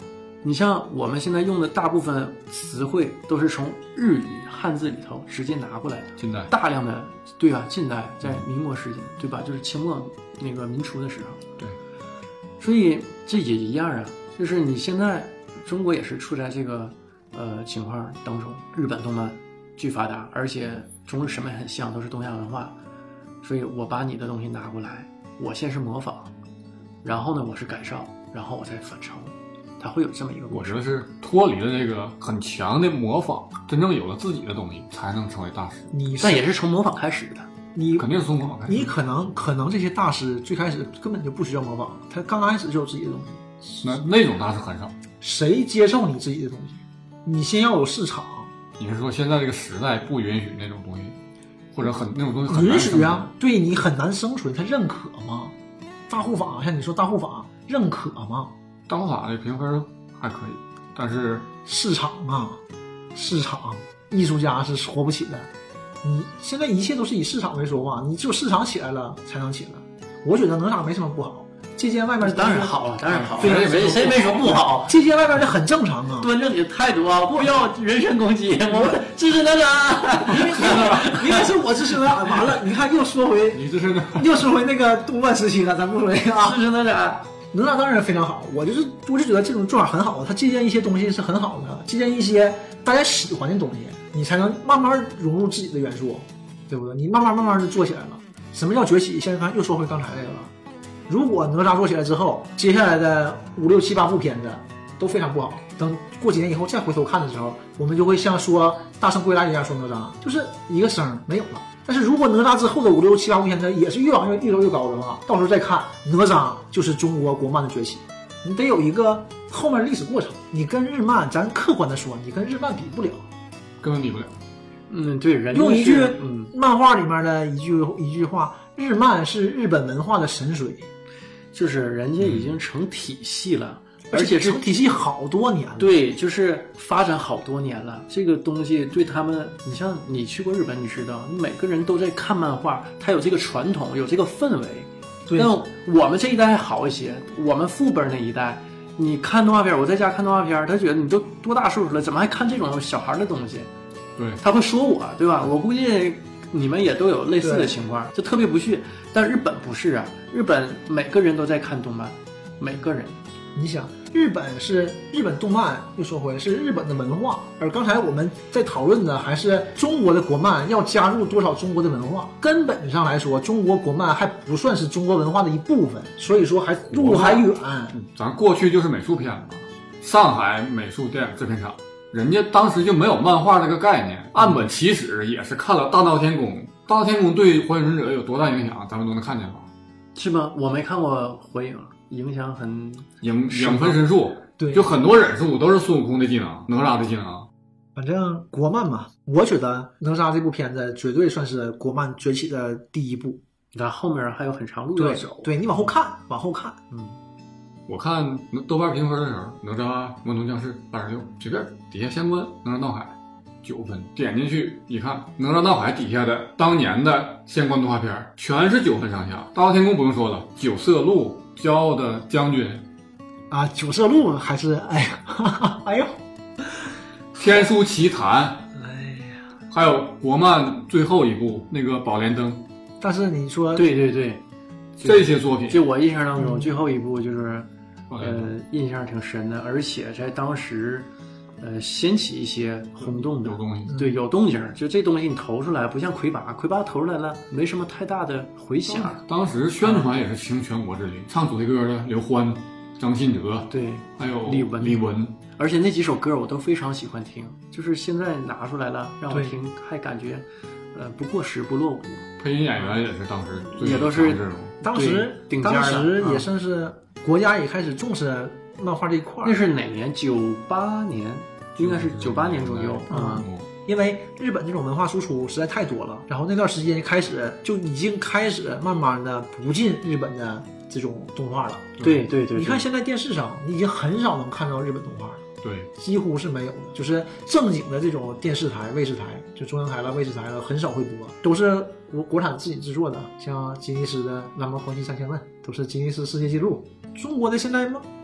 你像我们现在用的大部分词汇都是从日语汉字里头直接拿过来的， 近代大量的，对吧？近代在民国时间，对吧？就是清末那个民初的时候， 对， 所以这也一样啊，就是你现在中国也是处在这个情况当中，日本动漫巨发达，而且中日审美很像，都是东亚文化，所以我把你的东西拿过来，我先是模仿，然后呢我是改造，然后我再反超。它会有这么一个过程。 我觉得是脱离了这个很强的模仿，真正有了自己的东西，才能成为大师。 但也是从模仿开始的。 你肯定是从模仿开始。 你可能这些大师最开始根本就不需要模仿，他刚开始就有自己的东西。 那种大师很少。 谁接受你自己的东西？你先要有市场。 你是说现在这个时代不允许那种东西，或者那种东西很难允许啊？对你很难生存，他认可吗？大护法，像你说大护法认可吗？ 大护法的评分还可以，但是市场啊，市场，艺术家是活不起的。你现在一切都是以市场为说话，你只有市场起来了才能起来。我觉得哪吒没什么不好，借鉴外面当然好了，当然好， 谁没说不好？ 借鉴外面这很正常啊。 端正你的态度啊，不要人身攻击，我们支持哪吒。 应该是我支持哪吒，完了，你看又说回你支持哪吒， 又说回那个动乱时期了，咱不说那个啊。 支持哪吒。 哪吒当然非常好，我就觉得这种做法很好，他借鉴一些东西是很好的，借鉴一些大家喜欢的东西，你才能慢慢融入自己的元素，对不对？你慢慢的做起来了。什么叫崛起？现在又说回刚才那个了。如果哪吒做起来之后，接下来的5、6、7、8部片子都非常不好，等过几年以后再回头看的时候，我们就会像说大圣归来一样说哪吒，就是一个声没有了。但是如果哪吒之后的5、6、7、8部片子也是越往越高的话，到时候再看哪吒就是中国国漫的崛起。你得有一个后面历史过程，你跟日漫，咱客观的说，你跟日漫比不了， 根本比不了。 对， 用一句漫画里面的一句话，日漫是日本文化的神水， 就是人家已经成体系了。而且是成体系好多年了， 对，就是发展好多年了。这个东西对他们，你像你去过日本，你知道，每个人都在看漫画，他有这个传统，有这个氛围。 对， 但我们这一代还好一些，我们父辈那一代，你看动画片，我在家看动画片，他觉得你都多大岁数了，怎么还看这种小孩的东西？ 对， 他会说我，对吧？我估计你们也都有类似的情况，就特别不屑。但日本不是啊，日本每个人都在看动漫，每个人。 你想，日本动漫，又说回是日本的文化，而刚才我们在讨论的还是中国的国漫要加入多少中国的文化。根本上来说，中国国漫还不算是中国文化的一部分，所以说还路还远。 咱过去就是美术片子，上海美术电影制片厂，人家当时就没有漫画这个概念，岸本齐史也是看了《大闹天宫》，《大闹天宫》对《火影忍者》有多大影响，咱们都能看见吧？ 是吗？我没看过《火影》。影响很影分身术， 对， 就很多忍术都是孙悟空的技能，哪吒的技能。 反正国漫嘛，我觉得哪吒这部片子绝对算是国漫崛起的第一步， 那后面还有很长路要走。 对，你往后看， 我看豆瓣评分的时候，哪吒魔童降世86，随便底下相关哪吒闹海9分，点进去一看，哪吒闹海底下的当年的相关动画片全是9分上下。大闹天宫不用说了，九色鹿。骄傲的将军啊，九色鹿还是哎呦， 天书奇谭， 哎呀， 还有国漫最后一部那个宝莲灯。 但是你说对， 这些作品， 就我印象当中，最后一部就是印象挺深的，而且在当时掀起一些轰动的， 有东西， 对，有动静。就这东西你投出来，不像魁拔投出来了，没什么太大的回响。 当时宣传也是倾全国之力，唱主题歌的刘欢、张信哲， 对， 还有李玟， 而且那几首歌我都非常喜欢听，就是现在拿出来了让我听，还感觉不过时不落伍。 配音演员也是当时也都是当时也算是国家也开始重视漫画这一块。 那是哪年？98年。应该是98年左右因为日本这种文化输出实在太多了，然后那段时间就已经开始慢慢的不进日本的这种动画了。 对， 你看现在电视上你已经很少能看到日本动画了， 对， 几乎是没有的，就是正经的这种电视台、卫视台，就中央台了、卫视台了，很少会播，都是国产自己制作的，像吉尼斯的《蓝猫环系3000问》都是吉尼斯世界纪录。中国的现在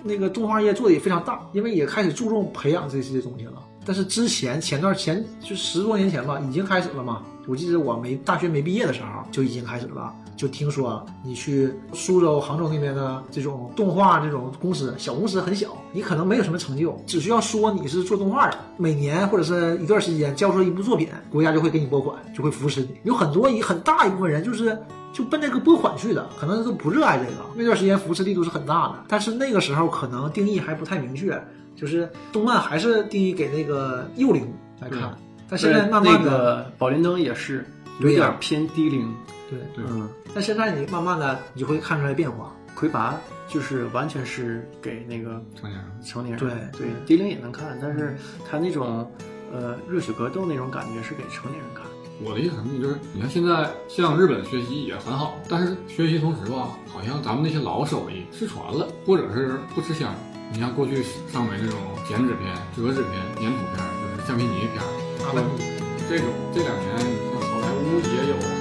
那个动画业做的也非常大，因为也开始注重培养这些东西了。但是之前就10多年前吧，已经开始了嘛。我记得我大学没毕业的时候就已经开始了，就听说你去苏州、杭州那边的这种动画这种公司，小公司很小，你可能没有什么成就，只需要说你是做动画的，每年或者是一段时间交出一部作品，国家就会给你拨款，就会扶持你。有很大一部分人就奔这个拨款去的，可能都不热爱这个。那段时间扶持力度是很大的，但是那个时候可能定义还不太明确，就是动漫还是定义给那个幼龄来看。但现在慢慢的， 那个宝莲灯也是有点偏低龄。 对，但现在你慢慢的你就会看出来变化。 魁拔就是完全是给那个成年人，对，低龄也能看，但是他那种热血格斗那种感觉是给成年人看。 我的意思什么就是，你看现在像日本学习也很好，但是学习同时吧，好像咱们那些老手艺失传了，或者是不吃香。你像过去上美那种剪纸片、折纸片、粘土片，就是橡皮泥片，这2年像好莱坞也有。